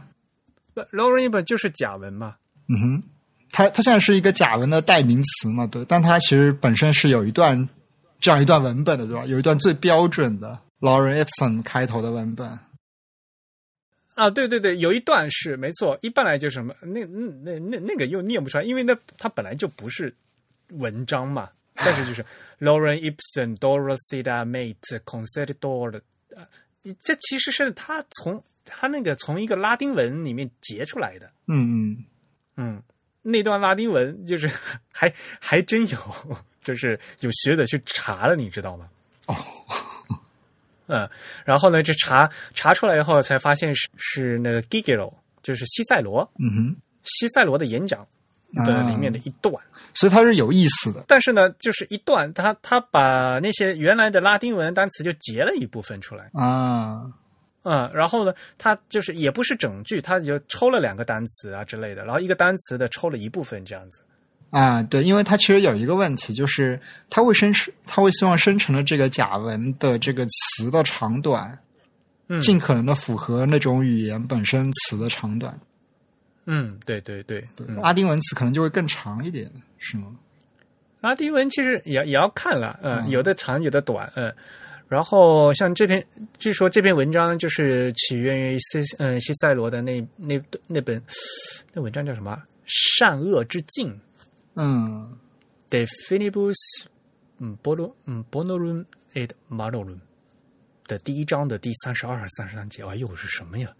A: ？Lorem Ipsum 就是假文嘛。
B: 嗯哼。它它现在是一个假文的代名词嘛，对，但它其实本身是有一段这样一段文本的，对吧？有一段最标准的 Lorem Ipsum 开头的文本。
A: 啊，对对对，有一段是没错，一般来就什么那那那那个又念不出来，因为那它本来就不是文章嘛，但是就是 Lorem Ipsum Dorosida Mate Concertidor 的，这其实是他从他那个从一个拉丁文里面截出来的。
B: 嗯嗯
A: 嗯。那段拉丁文就是还还真有，就是有学者去查了，你知道吗？
B: 哦，
A: 嗯，然后呢，这查查出来以后，才发现是是那个 Cicero， 就是西塞罗，
B: 嗯哼，
A: 西塞罗的演讲的里面的一段，
B: 啊、所以它是有意思的。
A: 但是呢，就是一段，他他把那些原来的拉丁文单词就截了一部分出来
B: 啊。
A: 嗯，然后呢，他就是也不是整句，他就抽了两个单词啊之类的，然后一个单词的抽了一部分这样子。
B: 啊，对，因为它其实有一个问题，就是它会生成，它会希望生成的这个假文的这个词的长短，
A: 嗯，
B: 尽可能的符合那种语言本身词的长短。
A: 嗯，对对对，
B: 对，拉丁文词可能就会更长一点，是吗？
A: 拉丁文其实也也要看了，嗯，嗯有的长有的短，嗯。 然后像这篇，据说这篇文章就是起源于西嗯西塞罗的那那那本那文章叫什么？善恶之境。
B: 嗯
A: ，De finibus 嗯 bono 嗯 bonorum et malorum 的第一章的第三十二、三十三节，哎呦是什么呀？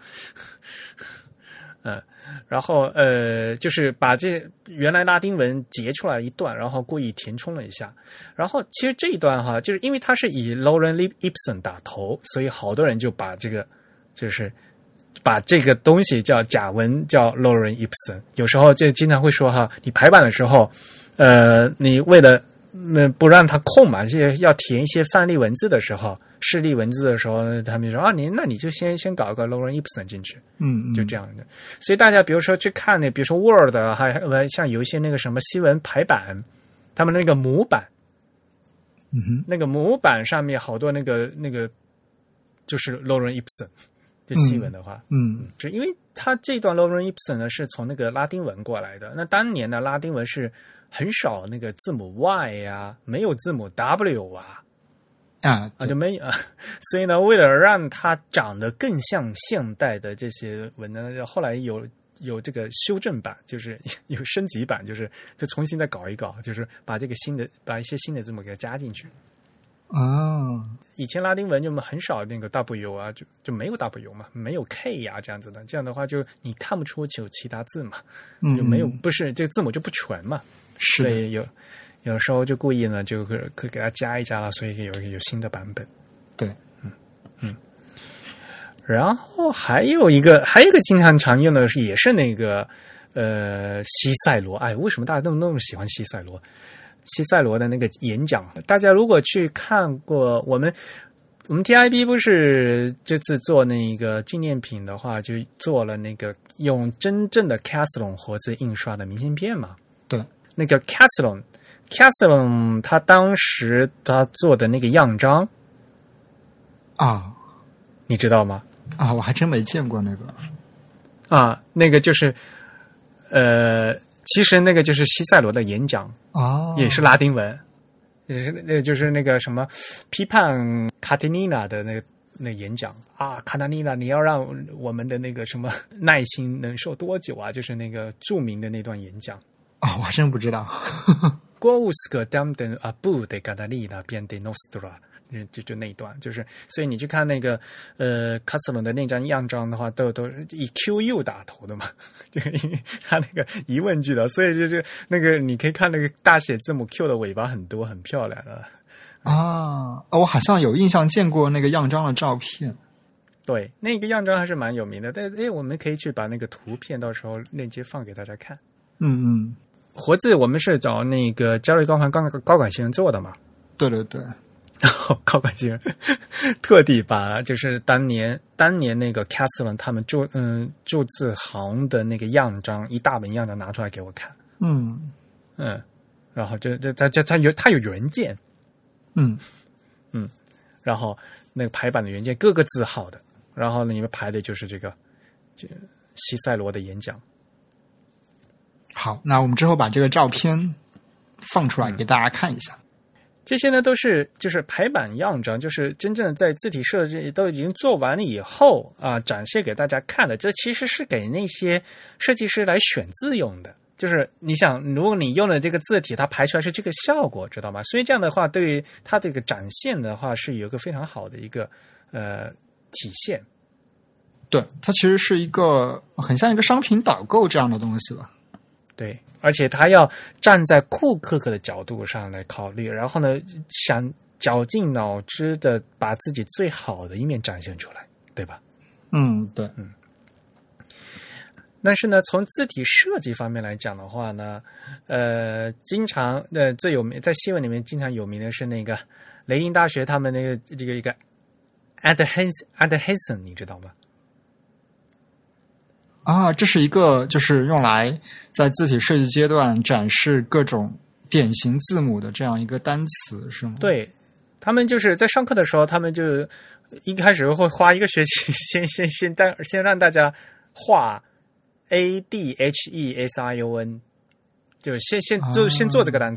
A: 嗯，然后呃，就是把这原来拉丁文截出来一段，然后故意填充了一下。然后其实这一段哈，就是因为它是以 Lawrence Ibsen 打头，所以好多人就把这个就是把这个东西叫假文叫 Lawrence Ibsen。有时候就经常会说哈，你排版的时候，呃，你为了那、呃、不让它空嘛，是要填一些范例文字的时候。示例文字的时候，他们就说啊，你那你就先先搞一个 Lawrence Ibsen 进去，
B: 嗯，
A: 就这样的。所以大家比如说去看那，比如说 Word 还还像有一些那个什么西文排版，他们那个模板，
B: 嗯哼，
A: 那个模板上面好多那个那个就是 Lawrence Ibsen， 就西文的话，
B: 嗯，
A: 是因为他这段 Lawrence Ibsen 呢是从那个拉丁文过来的，那当年的拉丁文是很少那个字母 Y 呀、啊，没有字母 W 啊。
B: 啊
A: 啊，就没有，所以呢，为了让它长得更像现代的这些文呢，后来有有这个修正版，就是有升级版，就是就重新再搞一搞，就是把这个新的把一些新的字母给它加进去。
B: 哦，
A: 以前拉丁文就很少那个 W 啊，就就没有 W 嘛，没有 K 呀、啊、这样子的，这样的话就你看不出有其他字嘛，
B: 嗯，
A: 就没有不是这个字母就不全嘛，
B: 是
A: 所以有。有时候就故意呢，就可可给它加一加了，所以有有新的版本。
B: 对，
A: 嗯嗯。然后还有一个，还有一个经常常用的是，也是那个呃西塞罗。哎，为什么大家那么那么喜欢西塞罗？西塞罗的那个演讲，大家如果去看过我们我们 T I B 不是这次做那个纪念品的话，就做了那个用真正的 Caslon 活字印刷的明信片嘛？
B: 对，
A: 那个 Caslon。Caslon 他当时他做的那个样章
B: 啊，
A: 你知道吗？
B: 啊，我还真没见过那个
A: 啊，那个就是呃，其实那个就是西塞罗的演讲
B: 哦，
A: 也是拉丁文，也是那就是那个什么批判卡蒂尼娜的那个那演讲啊，卡塔尼娜，你要让我们的那个什么耐心能受多久啊？就是那个著名的那段演讲
B: 啊、哦，我还真不知道。
A: Quousque damned abu de Catalina bien de nostra， 就就就那一段，就是所以你去看那个呃卡斯隆的那张样章的话，都都以 Q U 打头的嘛，就因为他那个疑问句的，所以就是那个你可以看那个大写字母 Q 的尾巴很多，很漂亮的
B: 啊。我好像有印象见过那个样章的照片。
A: 对，那个样章还是蛮有名的，但是哎，我们可以去把那个图片到时候链接放给大家看。
B: 嗯嗯。
A: 活字我们是找那个焦瑞高环高高管先生做的嘛？
B: 对对对，
A: 然后高管先生特地把就是当年当年那个 Caslon 他们注嗯注字行的那个样章一大本样章拿出来给我看，
B: 嗯
A: 嗯，然后这这他这他有他有原件，
B: 嗯
A: 嗯，然后那个排版的原件各个字号的，然后里面排的就是这个这西塞罗的演讲。
B: 好，那我们之后把这个照片放出来给大家看一下。嗯、
A: 这些呢都是就是排版样章，就是真正在字体设计都已经做完了以后啊，展示给大家看的。这其实是给那些设计师来选字用的。就是你想，如果你用了这个字体，它排出来是这个效果，知道吗？所以这样的话，对于它这个展现的话，是有一个非常好的一个呃体现。
B: 对，它其实是一个很像一个商品导购这样的东西吧。
A: 对，而且他要站在顾客的角度上来考虑，然后呢，想绞尽脑汁的把自己最好的一面展现出来，对吧？
B: 嗯，对，
A: 嗯。但是呢，从字体设计方面来讲的话呢，呃，经常呃最有名在西文里面经常有名的是那个雷丁大学他们那个这个一个 Adhesive Adhesive， 你知道吗？
B: 啊，这是一个就是用来在字体设计阶段展示各种典型字母的这样一个单词，是吗？
A: 对，他们就是在上课的时候，他们就一开始会花一个学期，先先先带先让大家画 A D H E S I O N， 就先先就、啊、先做这个单词，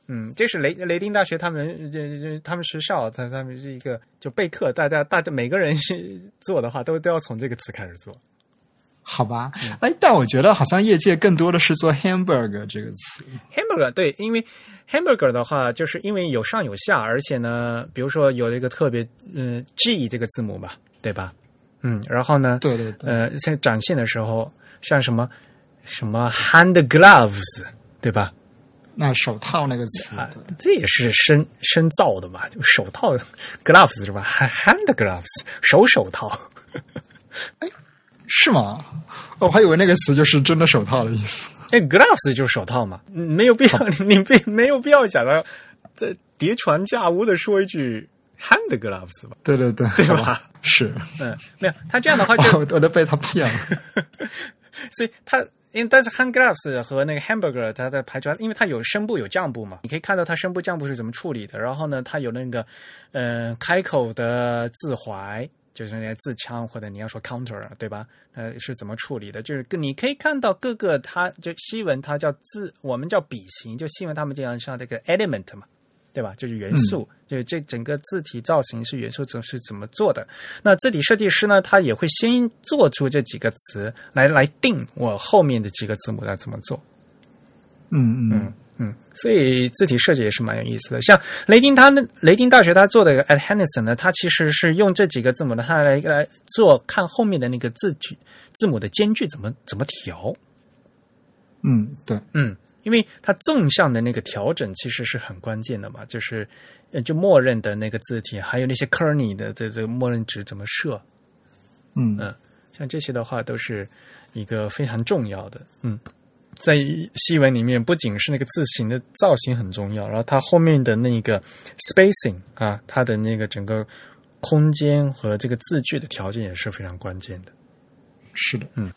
A: 嗯，这是雷雷丁大学他们这这他们学校，他他们是一个就备课，大家大家每个人是做的话，都都要从这个词开始做。
B: 好吧，哎，但我觉得好像业界更多的是做 hamburger 这个词。
A: hamburger 对，因为 hamburger 的话，就是因为有上有下，而且呢，比如说有一个特别嗯、呃、G 这个字母吧，对吧？嗯，然后呢，
B: 对对对，
A: 呃，在展现的时候，像什么什么 hand gloves， 对吧？
B: 那手套那个词，
A: 啊、这也是深深造的吧？就手套 gloves 是吧 ？hand gloves 手手套，
B: 哎。是吗？我还以为那个词就是真的手套的意思。
A: 哎 ，gloves 就是手套嘛，没有必要，你没没有必要想到这叠床架屋的说一句 hand gloves 吧？
B: 对对对，
A: 对吧？
B: 是，
A: 嗯，没有，他这样的话就
B: 我我都被他骗了。
A: 所以他因为但是 hand gloves 和那个 hamburger 它的排除，因为它有声部有降部嘛，你可以看到它声部降部是怎么处理的。然后呢，它有那个呃开口的字怀。就是那个字腔或者你要说 counter 对吧？呃，是怎么处理的？就是你可以看到各个它就西文它叫字，我们叫笔形，就西文他们这样像这个 element 嘛，对吧？就是元素，嗯、就是这整个字体造型是元素怎是怎么做的？那字体设计师呢，他也会先做出这几个词来来定我后面的几个字母要怎么做。
B: 嗯嗯。
A: 嗯嗯，所以字体设计也是蛮有意思的。像雷丁他雷丁大学他做的 at Henderson 呢，他其实是用这几个字母呢，他来来做看后面的那个字句字母的间距怎么怎么调。
B: 嗯，对，
A: 嗯，因为它纵向的那个调整其实是很关键的嘛，就是就默认的那个字体，还有那些 kernel 的这这默认值怎么设。
B: 嗯
A: 嗯，像这些的话都是一个非常重要的。嗯。在西文里面，不仅是那个字形的造型很重要，然后它后面的那个 spacing 啊，它的那个整个空间和这个字句的条件也是非常关键的。
B: 是的，
A: 嗯。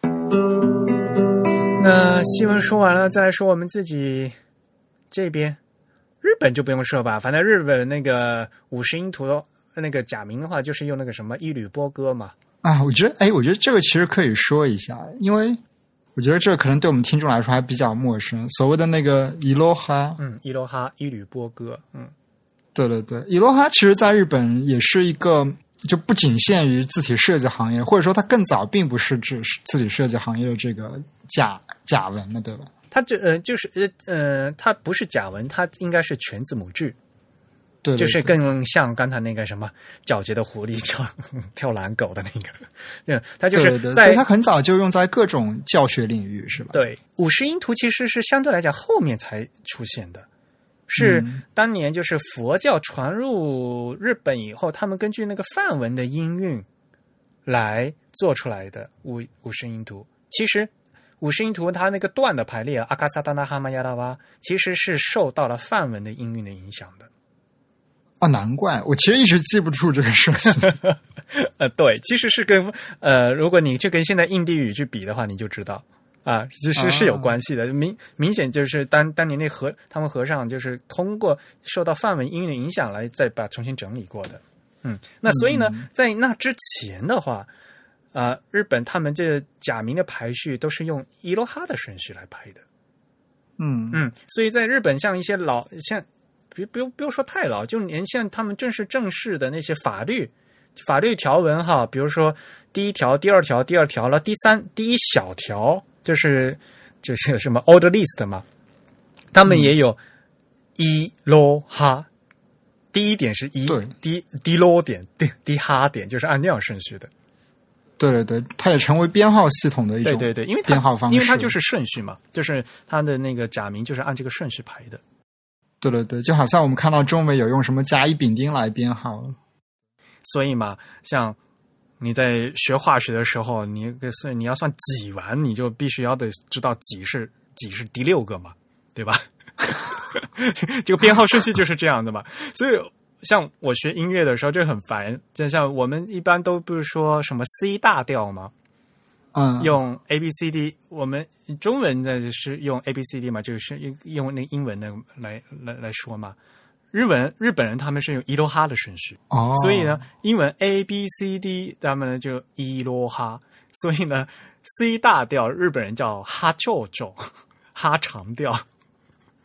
A: 那西文说完了，再来说我们自己这边，日本就不用说吧，反正日本那个五十音图那个假名的话，就是用那个什么伊吕波歌嘛。
B: 啊，我觉得，哎，我觉得这个其实可以说一下，因为。我觉得这可能对我们听众来说还比较陌生。所谓的那个伊罗哈，
A: 嗯，伊罗哈伊吕波歌，嗯，
B: 对对对，伊罗哈其实在日本也是一个，就不仅限于字体设计行业，或者说它更早并不是指字体设计行业的这个假假文了，对吧？
A: 它这呃就是呃呃，它不是假文，它应该是全字母句。
B: 对，
A: 就是更像刚才那个什么皎洁的狐狸跳跳蓝狗的那个，嗯，它就是在，
B: 对对对，所以它很早就用在各种教学领域，是吧？
A: 对，五十音图其实是相对来讲后面才出现的，是当年就是佛教传入日本以后，他们根据那个梵文的音韵来做出来的五五十音图。其实五十音图它那个段的排列阿卡萨达那哈玛亚拉瓦，其实是受到了梵文的音韵的影响的。
B: 哦，难怪我其实一直记不住这个事情。
A: 呃，对，其实是跟呃，如果你去跟现在印地语去比的话，你就知道啊，其实是有关系的。啊、明明显就是当当年那和他们和尚就是通过受到梵文音乐影响来再把重新整理过的。嗯，那所以呢，嗯、在那之前的话，啊、呃，日本他们这假名的排序都是用伊罗哈的顺序来排的。
B: 嗯
A: 嗯，所以在日本像一些老像。不不用不用说太老，就连像他们正式正式的那些法律法律条文哈，比如说第一条、第二条、第二条了，第三第一小条就是就是什么 order list 嘛，他们也有一罗哈，第一点是一，
B: 对，
A: 第第罗点，第第哈点，就是按那样顺序的。
B: 对对对，它也成为编号系统的一种
A: 对对对，因为
B: 编号方式，
A: 因为它就是顺序嘛，就是它的那个假名就是按这个顺序排的。
B: 对对对，就好像我们看到中文有用什么甲乙丙丁来编号，
A: 所以嘛，像你在学化学的时候，你算你要算几完，你就必须要得知道几是几是第六个嘛，对吧？这个编号顺序就是这样的嘛。所以像我学音乐的时候就很烦，就像我们一般都不是说什么 C 大调吗？
B: 嗯，
A: 用 A B C D， 我们中文的是用 A B C D 嘛，就是用那英文的来来来说嘛。日文日本人他们是用伊罗哈的顺序，
B: 哦，
A: 所以呢，英文 A B C D 他们呢就伊罗哈，所以呢 C 大调日本人叫哈舅舅，哈长调。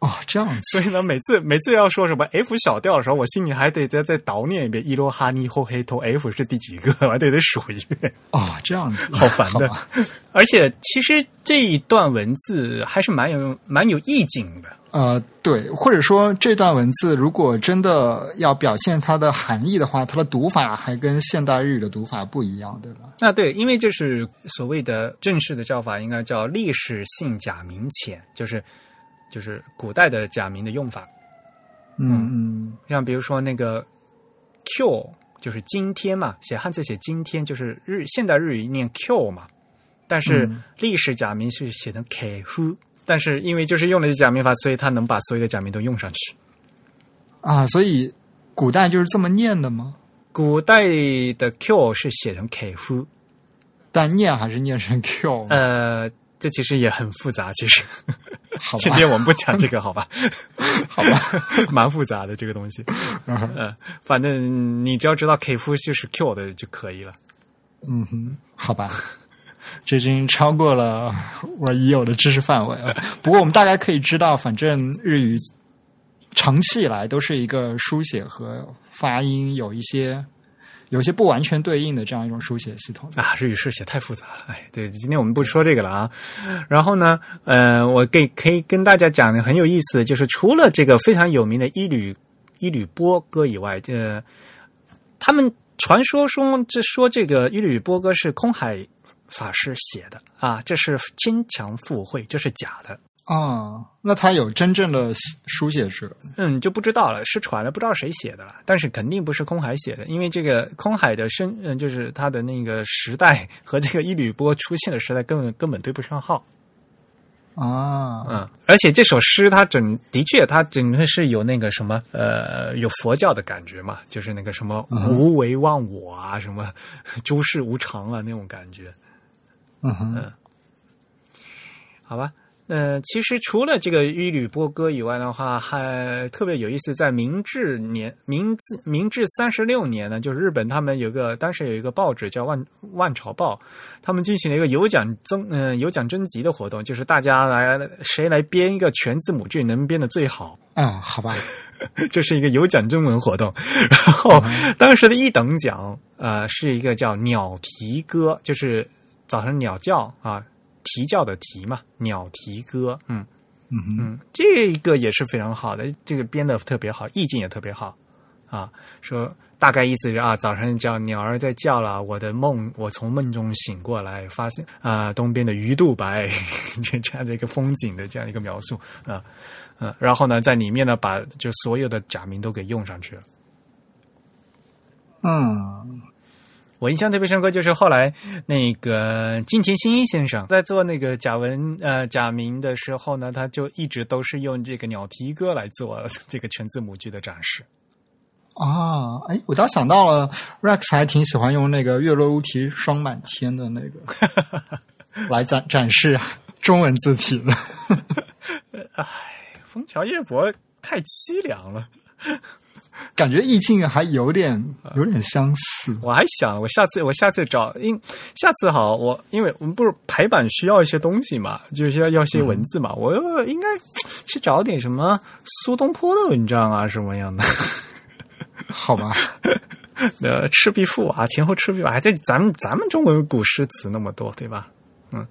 B: 哦，这样子。
A: 所以呢，每次每次要说什么 F 小调的时候，我心里还得再再倒念一遍，伊罗哈尼后黑头 F 是第几个，我还得得数一遍。
B: 哦，这样子，
A: 好烦的。而且其实这一段文字还是蛮有蛮有意境的。
B: 呃，对，或者说这段文字如果真的要表现它的含义的话，它的读法还跟现代日语的读法不一样，对吧？
A: 啊，对，因为就是所谓的正式的叫法应该叫历史性假名遣，就是就是古代的假名的用法。
B: 嗯嗯，
A: 像比如说那个 Q 就是今天嘛，写汉字写今天就是日现代日语念 Q 嘛，但是历史假名是写成 K 夫。但是因为就是用了这假名法，所以他能把所有的假名都用上去
B: 啊。所以古代就是这么念的吗？
A: 古代的 Q 是写成 K 夫，
B: 但念还是念成 Q？
A: 呃，这其实也很复杂，其实。
B: 好吧，
A: 今天我们不讲这个，好吧？
B: 好吧，
A: 蛮复杂的这个东西。呃，反正你只要知道 K 夫就是 Q 的就可以了。
B: 嗯哼，好吧。这已经超过了我已有的知识范围了。不过我们大概可以知道，反正日语长期以来都是一个书写和发音有一些有一些不完全对应的这样一种书写系统
A: 啊。日语书写太复杂了，哎，对，今天我们不说这个了啊。然后呢，呃，我可以可以跟大家讲的很有意思，就是除了这个非常有名的伊吕伊吕波歌以外，呃，他们传说中这说这个伊吕波歌是空海法师写的啊，这是牵强附会，这是假的
B: 啊。那他有真正的书写者？
A: 嗯，就不知道了，失传了，不知道谁写的了。但是肯定不是空海写的，因为这个空海的身，嗯，就是他的那个时代和这个伊吕波出现的时代根本根本对不上号
B: 啊。
A: 嗯，而且这首诗它整的确它整个是有那个什么呃有佛教的感觉嘛，就是那个什么无为忘我啊，什么诸事无常啊那种感觉。
B: 嗯哼，
A: 嗯，好吧。呃，其实除了这个伊吕波歌以外的话，还特别有意思，在明治年明治明治三十六年呢，就是日本他们有个当时有一个报纸叫万万朝报，他们进行了一个有奖征嗯、呃、有奖征集的活动，就是大家来谁来编一个全字母句能编得最好。
B: 啊、嗯，好吧。
A: 这是一个有奖征文活动，然后当时的一等奖呃是一个叫鸟啼歌，就是早上鸟叫啊。啼叫的啼嘛，鸟啼歌，嗯
B: 嗯
A: 嗯，这个也是非常好的，这个编的特别好，意境也特别好啊。说大概意思是啊，早上叫鸟儿在叫了，我的梦，我从梦中醒过来，发现啊，东边的鱼肚白，这样的一个风景的这样一个描述啊，嗯、啊，然后呢，在里面呢，把就所有的假名都给用上去了，
B: 嗯。
A: 我印象特别深刻，就是后来那个金田新一先生在做那个假文呃假名的时候呢，他就一直都是用这个鸟啼歌来做这个全字母句的展示。
B: 啊，哎，我倒想到了 ，Rex 还挺喜欢用那个月落乌啼霜满天的那个来展展示中文字体的。
A: 哎，枫桥夜泊太凄凉了。
B: 感觉意境还有点有点相似。
A: 我还想，我下次我下次找，因下次好，我因为我们不是排版需要一些东西嘛，就是要要些文字嘛，嗯、我应该去找点什么苏东坡的文章啊，什么样的？
B: 好吧，
A: 呃，赤壁赋啊，前后赤壁啊，这咱们咱们中文古诗词那么多，对吧？嗯，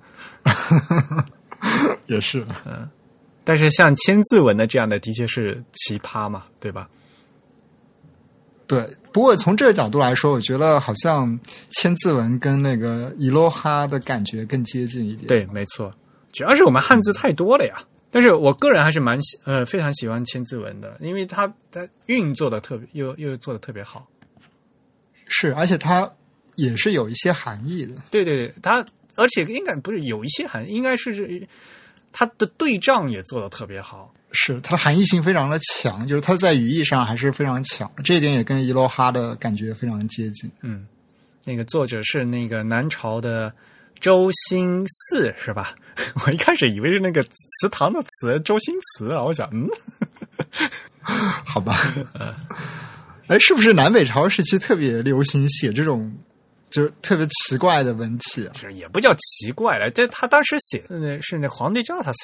B: 也是，
A: 嗯，但是像千字文的这样的，的确是奇葩嘛，对吧？
B: 对，不过从这个角度来说，我觉得好像千字文跟那个伊罗哈的感觉更接近一点。
A: 对，没错，主要是我们汉字太多了呀。但是我个人还是蛮呃非常喜欢千字文的，因为它它韵做的特别，又又做的特别好。
B: 是，而且它也是有一些含义的。
A: 对对对，它而且应该不是有一些含义，应该是它的对仗也做的特别好。
B: 是，它的含义性非常的强，就是它在语义上还是非常强，这一点也跟伊罗哈的感觉非常接近。
A: 嗯，那个作者是那个南朝的周兴嗣是吧？我一开始以为是那个祠堂的祠，周兴祠，然后我想，嗯，
B: 好吧，哎，是不是南北朝时期特别流行写这种就是特别奇怪的文体啊？
A: 是也不叫奇怪了，这他当时写的是那皇帝叫他写的。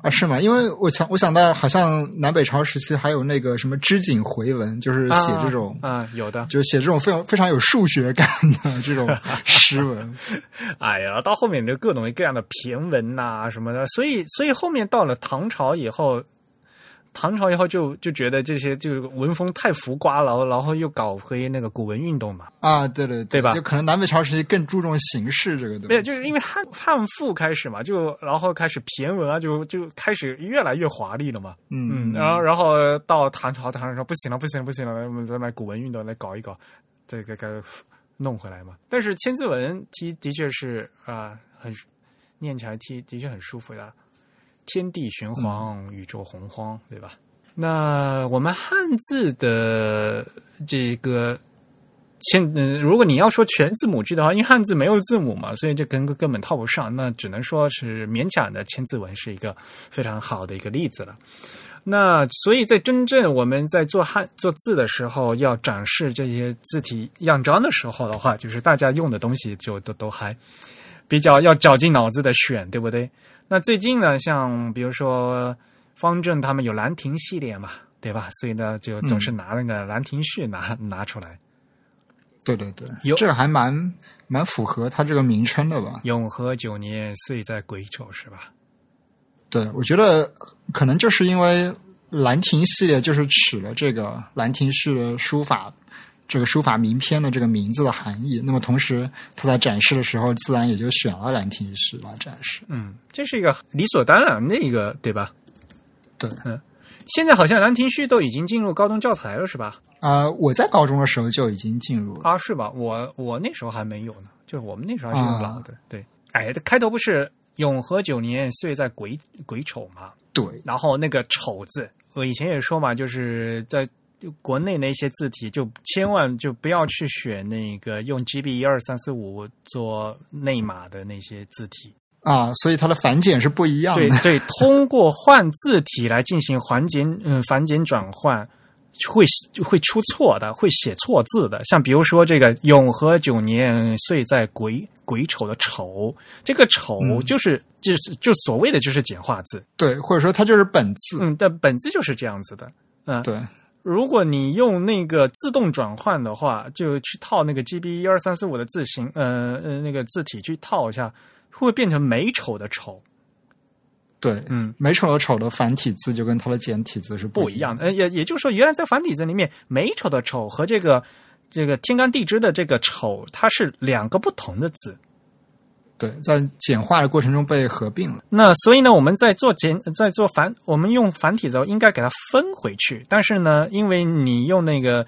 B: 啊，是吗？因为我想我想到，好像南北朝时期还有那个什么织锦回文，就是写这种
A: 啊, 啊，有的，
B: 就是写这种非常非常有数学感的这种诗文。
A: 哎呀，到后面就各种各样的骈文呐、啊、什么的，所以所以后面到了唐朝以后。唐朝以后就就觉得这些就文风太浮夸了，然后又搞回那个古文运动嘛。
B: 啊，对对 对,
A: 对吧？
B: 就可能南北朝时期更注重形式这个东西。
A: 对，就是因为汉汉赋开始嘛，就然后开始骈文啊，就就开始越来越华丽了嘛。
B: 嗯，
A: 嗯，然后然后到唐朝，唐朝说不行了，不行了，不行了，我们再买古文运动来搞一搞，这个给弄回来嘛。但是千字文的的确是啊、呃，很念起来的的确很舒服的。天地玄黄，嗯、宇宙洪荒，对吧？那我们汉字的这个千、呃，如果你要说全字母句的话，因为汉字没有字母嘛，所以这根根本套不上。那只能说是勉强的千字文是一个非常好的一个例子了。那所以在真正我们在做汉做字的时候，要展示这些字体样章的时候的话，就是大家用的东西就都都还比较要绞尽脑汁的选，对不对？那最近呢，像比如说方正他们有兰亭系列嘛，对吧？所以呢，就总是拿那个兰亭序拿、嗯、拿出来。
B: 对对对，这个还蛮蛮符合他这个名称的吧？
A: 永和九年，岁在癸丑，是吧？
B: 对，我觉得可能就是因为兰亭系列就是取了这个兰亭序的书法。这个书法名篇的这个名字的含义，那么同时他在展示的时候，自然也就选了兰亭序来展示。
A: 嗯，这是一个理所当然的一个，对吧？
B: 对，
A: 嗯，现在好像兰亭序都已经进入高中教材了，是吧？
B: 啊、呃，我在高中的时候就已经进入了
A: 啊，是吧？我我那时候还没有呢，就是我们那时候还是用老的。啊、对，哎，这开头不是永和九年，岁在癸癸丑嘛？
B: 对，
A: 然后那个丑字，我以前也说嘛，就是在。国内那些字体就千万就不要去选那个用 G B 一二三四五做内码的那些字体
B: 啊，所以它的繁简是不一样的。
A: 对对，通过换字体来进行繁简嗯繁简转换，会会出错的，会写错字的。像比如说这个永和九年，岁在癸癸丑的丑，这个丑就是、嗯、就是就所谓的就是简化字，
B: 对，或者说它就是本字。
A: 嗯，但本字就是这样子的，嗯，
B: 对。
A: 如果你用那个自动转换的话，就去套那个 G B 一二三四五的字形，呃呃，那个字体去套一下，会变成美丑的丑。
B: 对，嗯，美丑的丑的繁体字就跟它的简体字是
A: 不一样的。呃，也也就是说，原来在繁体字里面，美丑的丑和这个这个天干地支的这个丑，它是两个不同的字。
B: 对，在简化的过程中被合并了。
A: 那所以呢，我们在做简，在做繁，我们用繁体字应该给它分回去。但是呢，因为你用那个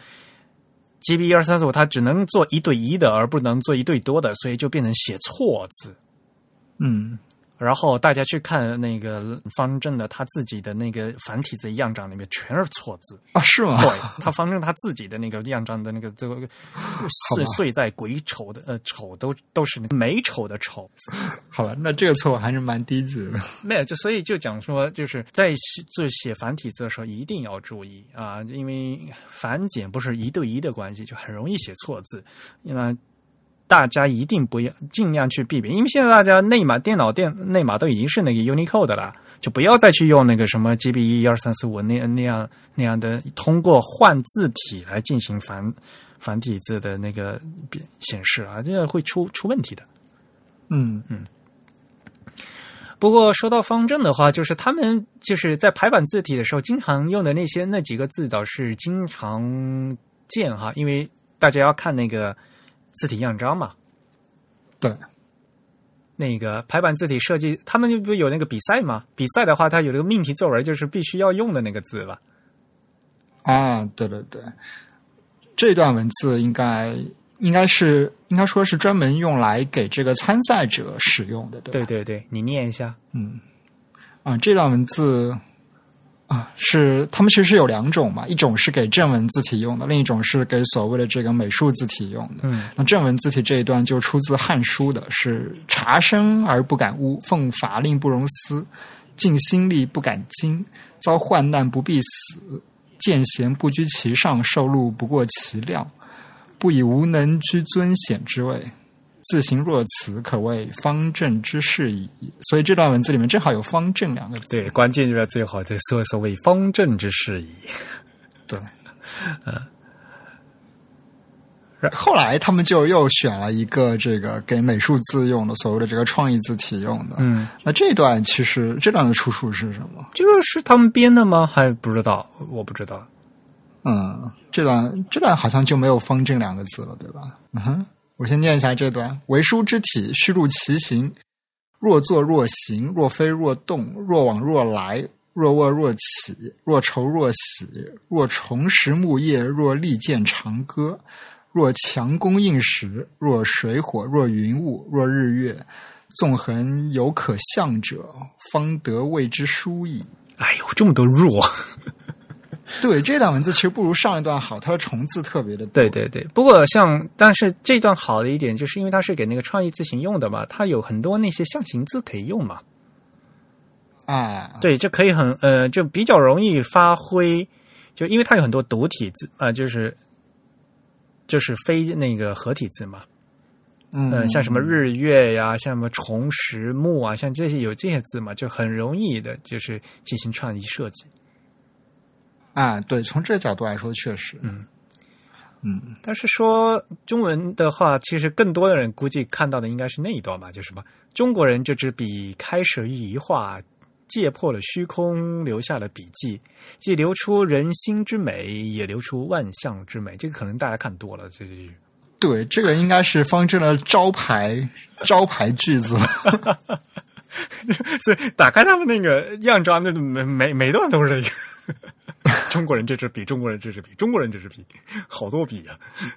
A: G B 一二三四五，它只能做一对一的，而不能做一对多的，所以就变成写错字。
B: 嗯。
A: 然后大家去看那个方正的他自己的那个繁体字样章里面全是错字
B: 啊，是吗？
A: 对，他方正他自己的那个样章的那个这个四岁在癸丑的呃丑都都是那个美丑的丑。
B: 好吧，那这个错还是蛮低级的。
A: 没有，就所以就讲说，就是在做写繁体字的时候一定要注意啊，因为繁简不是一对一的关系，就很容易写错字。那大家一定不要尽量去避免，因为现在大家内码电脑电内码都已经是那个 Unicode 的了，就不要再去用那个什么 G B 一二三四五那那样那样的通过换字体来进行繁繁体字的那个显示啊，这个会出出问题的。
B: 嗯
A: 嗯。不过说到方正的话，就是他们就是在排版字体的时候经常用的那些那几个字倒是经常见哈，因为大家要看那个字体样章嘛，
B: 对，
A: 那个排版字体设计，他们就不有那个比赛嘛？比赛的话，它有那个命题作文，就是必须要用的那个字吧？
B: 啊，对对对，这段文字应该应该是应该说是专门用来给这个参赛者使用的，对吧？
A: 对对对，你念一下。
B: 嗯，啊，这段文字。啊，是他们其实是有两种嘛，一种是给正文字体用的，另一种是给所谓的这个美术字体用的。
A: 嗯，
B: 那正文字体这一段就出自《汉书》的，是察生而不敢污，奉法令不容私，尽心力不敢惊，遭患难不必死，见贤不居其上，受禄不过其量，不以无能居尊显之位， 字形若此，可谓方正之士矣。所以这段文字里面正好有方正两个字。
A: 对，关键就在最后，这所所谓方正之士矣。
B: 对，
A: 嗯。
B: 后来他们就又选了一个这个给美术字用的所谓的这个创意字体用的。
A: 嗯，
B: 那这段其实这段的出处是什么？
A: 这个是他们编的吗？还不知道，我不知道。
B: 嗯，这段这段好像就没有方正两个字了，对吧？嗯哼，我先念一下这段：为书之体，虚入其形，若坐若行，若飞若动，若往若来，若卧若起，若愁若喜，若重拾木叶，若利剑长歌。若强弓硬石，若水火，若云雾，若日月，纵横有可象者，方得谓之书矣。
A: 哎呦，这么多若！
B: 对，这段文字其实不如上一段好，它的重字特别的多。
A: 对对对，不过像但是这段好的一点，就是因为它是给那个创意字形用的嘛，它有很多那些象形字可以用嘛。
B: 啊，
A: 对，这可以很呃，就比较容易发挥，就因为它有很多独体字啊、呃，就是。就是非那个合体字嘛，
B: 嗯、
A: 呃，像什么日月呀，像什么重拾木啊，像这些有这些字嘛，就很容易的，就是进行创意设计。
B: 啊，对，从这个角度来说，确实，
A: 嗯
B: 嗯。
A: 但是说中文的话，其实更多的人估计看到的应该是那一段嘛，就是什么中国人这支笔开始一画。借破了虚空，留下了笔记，既流出人心之美，也流出万象之美。这个可能大家看多了，这句。
B: 对，这个应该是方正的招牌招牌句子了。
A: 所以打开他们那个样章，那每每每段都是这个中国人这支笔，中国人这支笔，中国人这支笔，好多笔啊。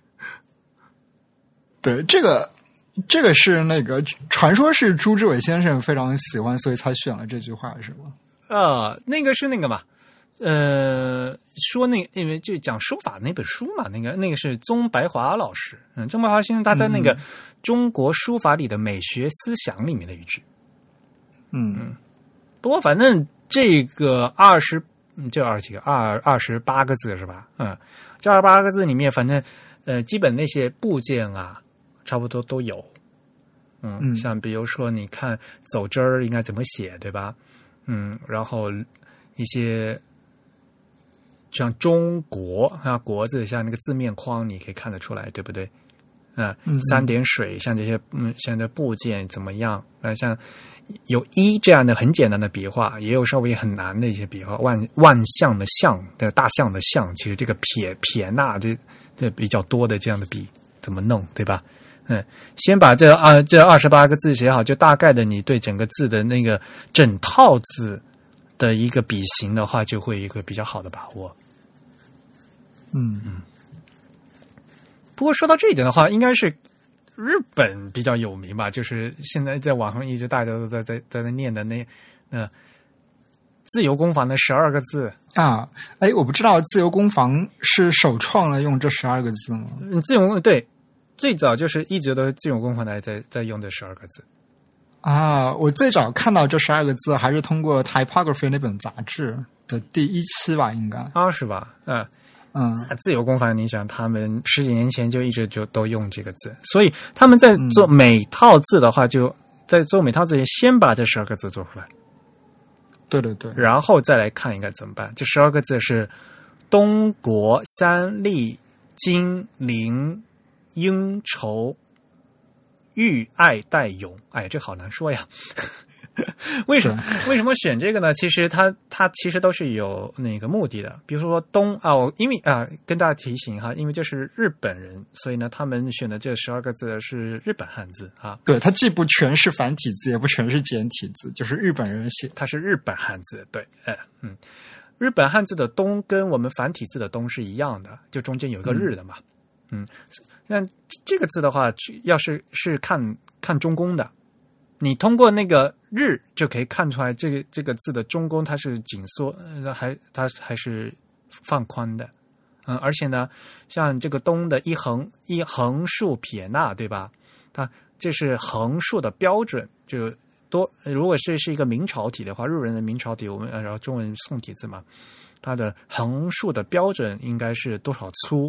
B: 对，这个。这个是那个传说是朱志伟先生非常喜欢，所以才选了这句话，是吗？
A: 呃，那个是那个嘛，呃，说那个因为就讲书法那本书嘛，那个那个是宗白华老师，嗯，宗白华先生他在那个《中国书法里的美学思想》里面的一句，
B: 嗯嗯，
A: 不过反正这个二十就二几个二二十八个字是吧？嗯，这二十八个字里面，反正呃，基本那些部件啊。差不多都有，嗯，嗯像比如说，你看走之儿应该怎么写，对吧？嗯，然后一些像中国啊国字，像那个字面框，你可以看得出来，对不对？啊、嗯，三点水，像这些嗯，像这部件怎么样？啊，像有一这样的很简单的笔画，也有稍微很难的一些笔画，万万象的象的大象的象，其实这个撇撇捺这这比较多的这样的笔怎么弄，对吧？嗯，先把这啊这二十八个字写好，就大概的你对整个字的那个整套字的一个笔形的话，就会有一个比较好的把握。
B: 嗯
A: 嗯。不过说到这一点的话，应该是日本比较有名吧，就是现在在网上一直大家都在在在那念的那那自由工坊的十二个字
B: 啊。哎，我不知道自由工坊是首创了用这十二个字吗？
A: 嗯，自由对。最早就是一直都是自由工坊来在在用这十二个字
B: 啊！我最早看到这十二个字还是通过 Typography 那本杂志的第一期吧，应该
A: 啊，是吧？嗯
B: 嗯，
A: 自由工坊，你想他们十几年前就一直就都用这个字，所以他们在做每套字的话，就、嗯、在做每套字前先把这十二个字做出来，
B: 对对对，
A: 然后再来看应该怎么办。这十二个字是东国三立金陵。应酬欲爱戴勇，哎，这好难说呀。为什么为什么选这个呢？其实它它其实都是有那个目的的。比如说东啊，我因为啊跟大家提醒哈，因为这是日本人，所以呢他们选的这十二个字是日本汉字啊。
B: 对，它既不全是繁体字，也不全是简体字，就是日本人写，
A: 它是日本汉字。对，哎嗯，日本汉字的东跟我们繁体字的东是一样的，就中间有一个日的嘛，嗯。嗯那这个字的话，要是是看看中宫的，你通过那个日就可以看出来，这个这个字的中宫它是紧缩，还它还是放宽的，嗯，而且呢，像这个东的一横一横竖撇捺，对吧？它这是横竖的标准，就多。如果这是一个明朝体的话，日文的明朝体，我们然后中文宋体字嘛，它的横竖的标准应该是多少粗？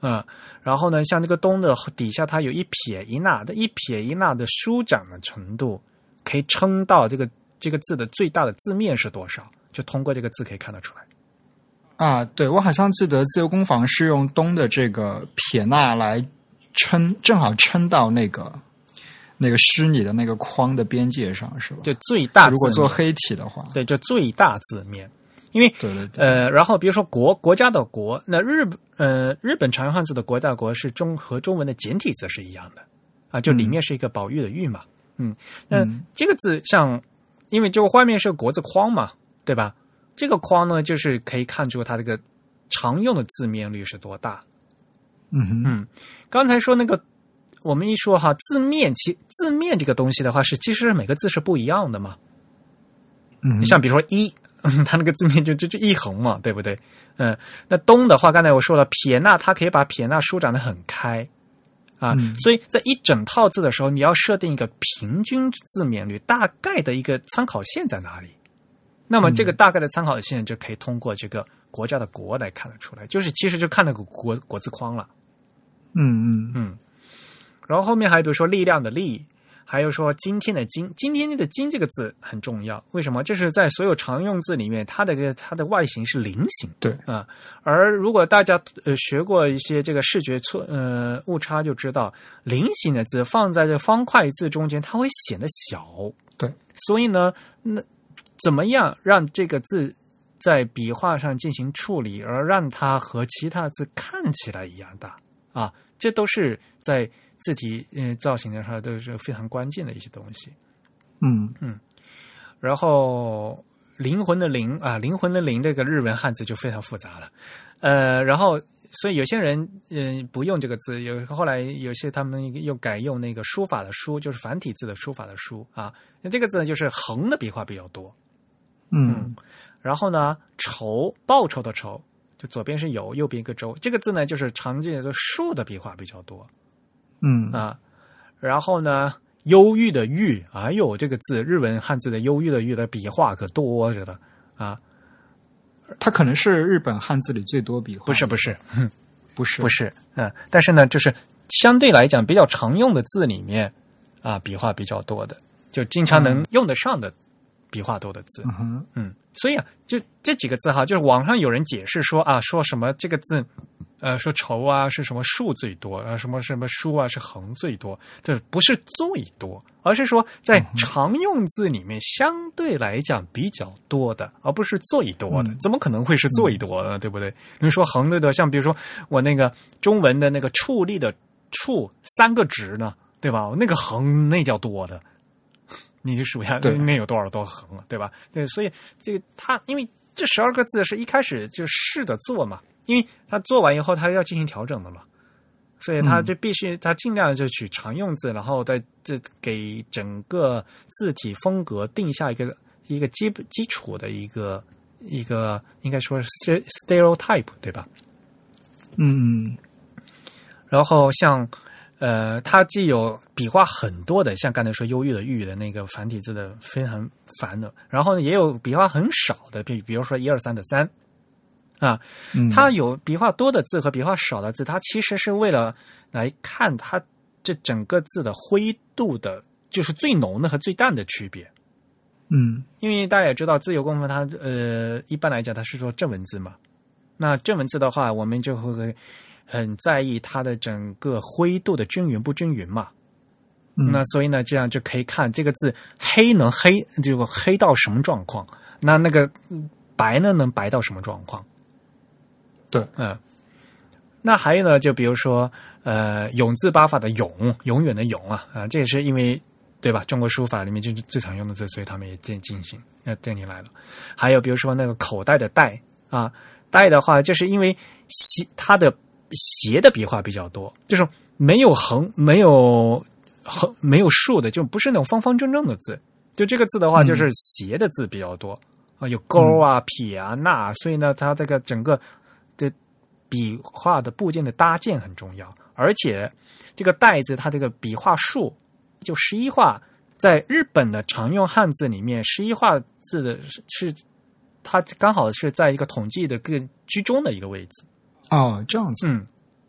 A: 嗯，然后呢，像这个东的底下它有一撇一捺的，一撇一捺的舒展的程度，可以称到这个这个字的最大的字面是多少，就通过这个字可以看得出来。
B: 啊，对，我好像记得自由攻防是用东的这个撇捺来撑，正好撑到那个那个虚拟的那个框的边界上，是吧？
A: 就最大字面，
B: 如果做黑体的话，
A: 对，就最大字面。因为
B: 对对对，
A: 呃，然后比如说国国家的国，那日呃日本常用汉字的国大国是中和中文的简体字是一样的啊，就里面是一个宝玉的玉嘛，嗯，那这个字像，因为就外面是国字框嘛，对吧？这个框呢，就是可以看出它这个常用的字面率是多大。
B: 嗯哼
A: 嗯，刚才说那个，我们一说哈，字面其字面这个东西的话是，其实每个字是不一样的嘛。
B: 嗯，
A: 像比如说一。它那个字面就就就一横嘛，对不对？嗯，那东的话，刚才我说了，撇捺它可以把撇捺舒展得很开啊、嗯，所以在一整套字的时候，你要设定一个平均字面率，大概的一个参考线在哪里？那么这个大概的参考线就可以通过这个国家的国来看得出来，就是其实就看那个国国字框了。
B: 嗯嗯
A: 嗯，然后后面还有比如说力量的力。还有说今天的今，今天的今这个字很重要，为什么？这是在所有常用字里面，它的这个它的外形是菱形，
B: 对
A: 啊、呃。而如果大家呃学过一些这个视觉错呃误差，就知道菱形的字放在这方块字中间，它会显得小，
B: 对。
A: 所以呢，那怎么样让这个字在笔画上进行处理，而让它和其他字看起来一样大啊？这都是在字体呃造型的上都是非常关键的一些东西。
B: 嗯
A: 嗯，然后灵魂的灵啊，灵魂的灵这个日文汉字就非常复杂了。呃，然后所以有些人嗯、呃、不用这个字，有后来有些他们又改用那个书法的书，就是繁体字的书法的书啊。那这个字就是横的笔画比较多。
B: 嗯，
A: 嗯然后呢，仇报仇的仇，就左边是有，右边一个周。这个字呢，就是常见的竖的笔画比较多。
B: 嗯
A: 啊，然后呢，忧郁的郁，哎呦，这个字日文汉字的忧郁的郁的笔画可多着的啊。
B: 它可能是日本汉字里最多笔画。
A: 不是不是，
B: 不是
A: 不是，嗯，但是呢，就是相对来讲比较常用的字里面啊，笔画比较多的，就经常能用得上的笔画多的字。
B: 嗯哼，
A: 嗯，所以啊，就这几个字哈，就是网上有人解释说啊，说什么这个字。呃，说仇啊是什么竖最多，呃，什么什么书啊是横最多，这不是最多，而是说在常用字里面相对来讲比较多的，而不是最多的。怎么可能会是最多的，对不对？你说横的的，像比如说我那个中文的那个矗立的矗三个直呢，对吧？那个横那叫多的，你就数一下那有多少多横啊，对吧？对，所以这个它因为这十二个字是一开始就试着做嘛。因为他做完以后，他要进行调整的嘛，所以他就必须他尽量就取常用字，然后在这给整个字体风格定下一个一个基基础的一个一个应该说是 stereotype 对吧？
B: 嗯嗯。
A: 然后像呃，它既有笔画很多的，像刚才说忧郁的郁的那个繁体字的非常繁的，然后呢也有笔画很少的，比比如说一二三的三。啊，它有笔画多的字和笔画少的字，它其实是为了来看它这整个字的灰度的，就是最浓的和最淡的区别。
B: 嗯，
A: 因为大家也知道，自由公分它呃一般来讲它是说正文字嘛，那正文字的话，我们就会很在意它的整个灰度的均匀不均匀嘛。
B: 嗯、
A: 那所以呢，这样就可以看这个字黑能黑就黑到什么状况，那那个白呢能白到什么状况。
B: 对，
A: 嗯，那还有呢，就比如说，呃，永字八法的永，永远的永啊，啊，这也是因为，对吧？中国书法里面就是最常用的字，所以他们也进进行要定进来了。还有比如说那个口袋的袋啊，袋的话，就是因为斜它的斜的笔画比较多，就是没有横，没有横，没有竖的，就不是那种方方正正的字。就这个字的话，就是斜的字比较多、嗯、啊，有勾啊、撇啊、捺，所以呢，它这个整个。这笔画的部件的搭建很重要，而且这个袋字它这个笔画数就十一画，在日本的常用汉字里面，十一画字的是它刚好是在一个统计的更居中的一个位置。
B: 哦，这样子。
A: 嗯，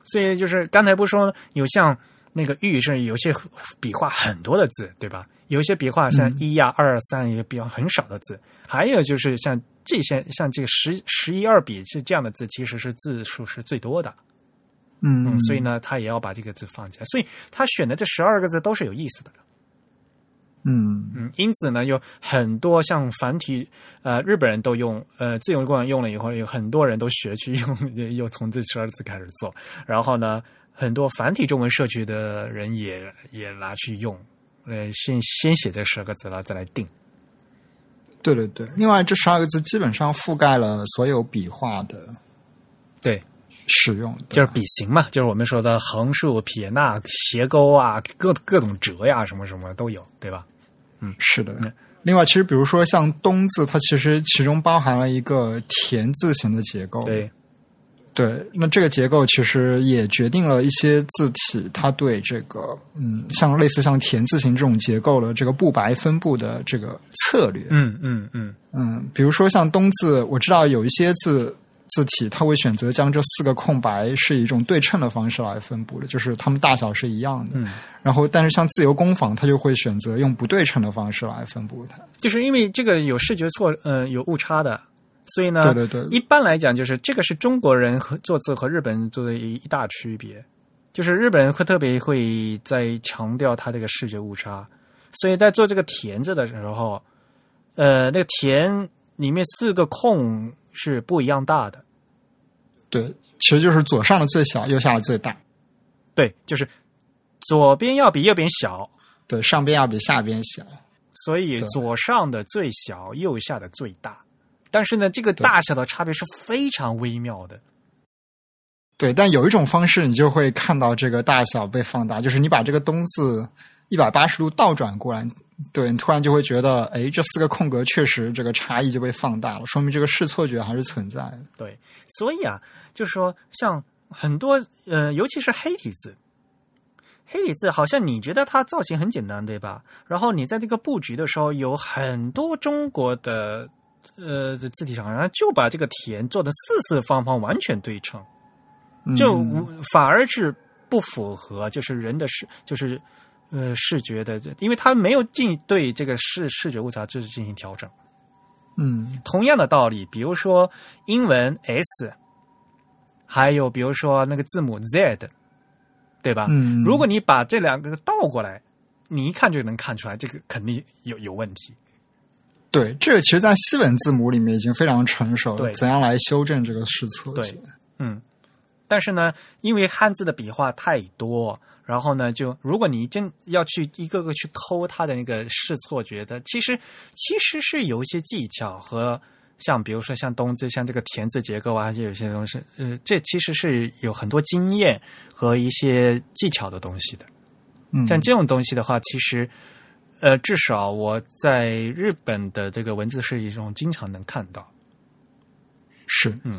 A: 所以就是刚才不是说有像那个玉是有些笔画很多的字，对吧？有一些笔画像一呀、二三一个笔画很少的字，还有就是像这些像这个十十一二笔是这样的字，其实是字数是最多的。
B: 嗯,
A: 嗯，所以呢，他也要把这个字放进来，所以他选的这十二个字都是有意思的。
B: 嗯
A: 嗯，因此呢，有很多像繁体，呃，日本人都用，呃，自由工用了以后，有很多人都学去用，又从这十二字开始做。然后呢，很多繁体中文社区的人也也拿去用，呃，先先写这十二个字了，再来定。
B: 对对对，另外这十二个字基本上覆盖了所有笔画的
A: 对
B: 使用，
A: 就是笔形嘛，就是我们说的横竖撇捺斜钩啊，各各种折呀，什么什么都有，对吧？嗯，
B: 是的。另外，其实比如说像东字，它其实其中包含了一个田字形的结构。
A: 对，
B: 对，那这个结构其实也决定了一些字体它对这个嗯，像类似像田字形这种结构的这个布白分布的这个策略。
A: 嗯嗯嗯
B: 嗯，比如说像东字，我知道有一些字字体它会选择将这四个空白是以一种对称的方式来分布的，就是它们大小是一样的。
A: 嗯，
B: 然后但是像自由工坊，它就会选择用不对称的方式来分布它，
A: 就是因为这个有视觉错，呃，有误差的。所以呢，
B: 对对对，
A: 一般来讲，就是这个是中国人和做字和日本人做的一一大区别，就是日本人会特别会在强调他这个视觉误差，所以在做这个田字的时候，呃，那个田里面四个空是不一样大的。
B: 对，其实就是左上的最小，右下的最大。
A: 对，就是左边要比右边小，
B: 对，上边要比下边小，
A: 所以左上的最小，右下的最大。但是呢，这个大小的差别是非常微妙的。
B: 对，但有一种方式，你就会看到这个大小被放大，就是你把这个东字一百八十度倒转过来，对，你突然就会觉得，哎，这四个空格确实这个差异就被放大了，说明这个视错觉还是存在的。
A: 对，所以啊，就是说，像很多呃，尤其是黑体字。黑体字好像你觉得它造型很简单，对吧？然后你在这个布局的时候，有很多中国的呃字体厂商就把这个田做的四四方方完全对称，就反而是不符合就是人的视就是呃视觉的，因为它没有进对这个视视觉误差就是进行调整。
B: 嗯，
A: 同样的道理，比如说英文 S， 还有比如说那个字母 Z。对吧？
B: 嗯，
A: 如果你把这两个倒过来，你一看就能看出来，这个肯定有有问题。
B: 对，这个其实在西文字母里面已经非常成熟了，
A: 对，
B: 怎样来修正这个视错觉？
A: 对，嗯。但是呢，因为汉字的笔画太多，然后呢，就如果你真要去一个个去抠它的那个视错觉的，其实其实是有一些技巧和。像比如说像东字，像这个田字结构啊，就有些东西，呃，这其实是有很多经验和一些技巧的东西的。
B: 嗯，
A: 像这种东西的话，其实，呃，至少我在日本的这个文字设计中经常能看到。
B: 是，
A: 嗯。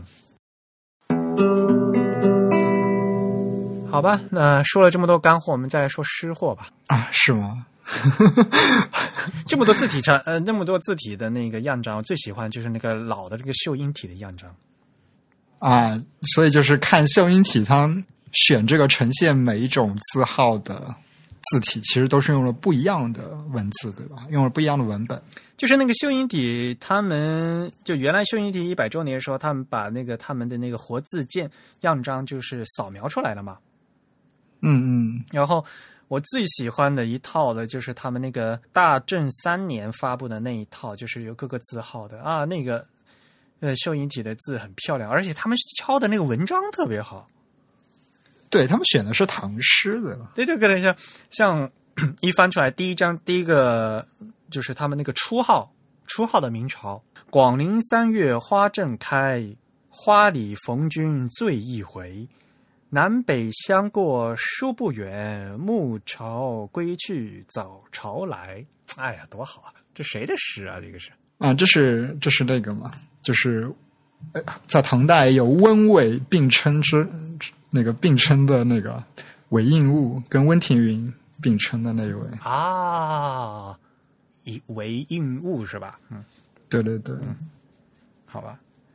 A: 好吧，那说了这么多干货，我们再来说湿货吧。
B: 啊，是吗？
A: 这么多字体上，呃，那么多字体的那个样章，我最喜欢就是那个老的这个秀英体的样章
B: 啊，所以就是看秀英体，它选这个呈现每一种字号的字体，其实都是用了不一样的文字，对吧？用了不一样的文本。
A: 就是那个秀英体，他们就原来秀英体一百周年的时候，他们把那个他们的那个活字键样章就是扫描出来了嘛。
B: 嗯嗯，
A: 然后。我最喜欢的一套的就是他们那个大正三年发布的那一套，就是有各个字号的啊，那个呃秀英体的字很漂亮，而且他们敲的那个文章特别好。
B: 对，他们选的是唐诗的，
A: 对，这个像像一翻出来，第一张第一个就是他们那个初号，初号的明朝，广陵三月花正开，花里逢君醉一回。南北相过书不远，暮朝归去早朝来。哎呀，多好啊！这谁的诗啊？这个是
B: 啊，这是这是那个嘛，就是在唐代有温韦并称之那个并称的那个韦应物，跟温庭筠并称的那一位
A: 啊，以韦应物是吧？嗯，
B: 对对对，
A: 嗯，好吧。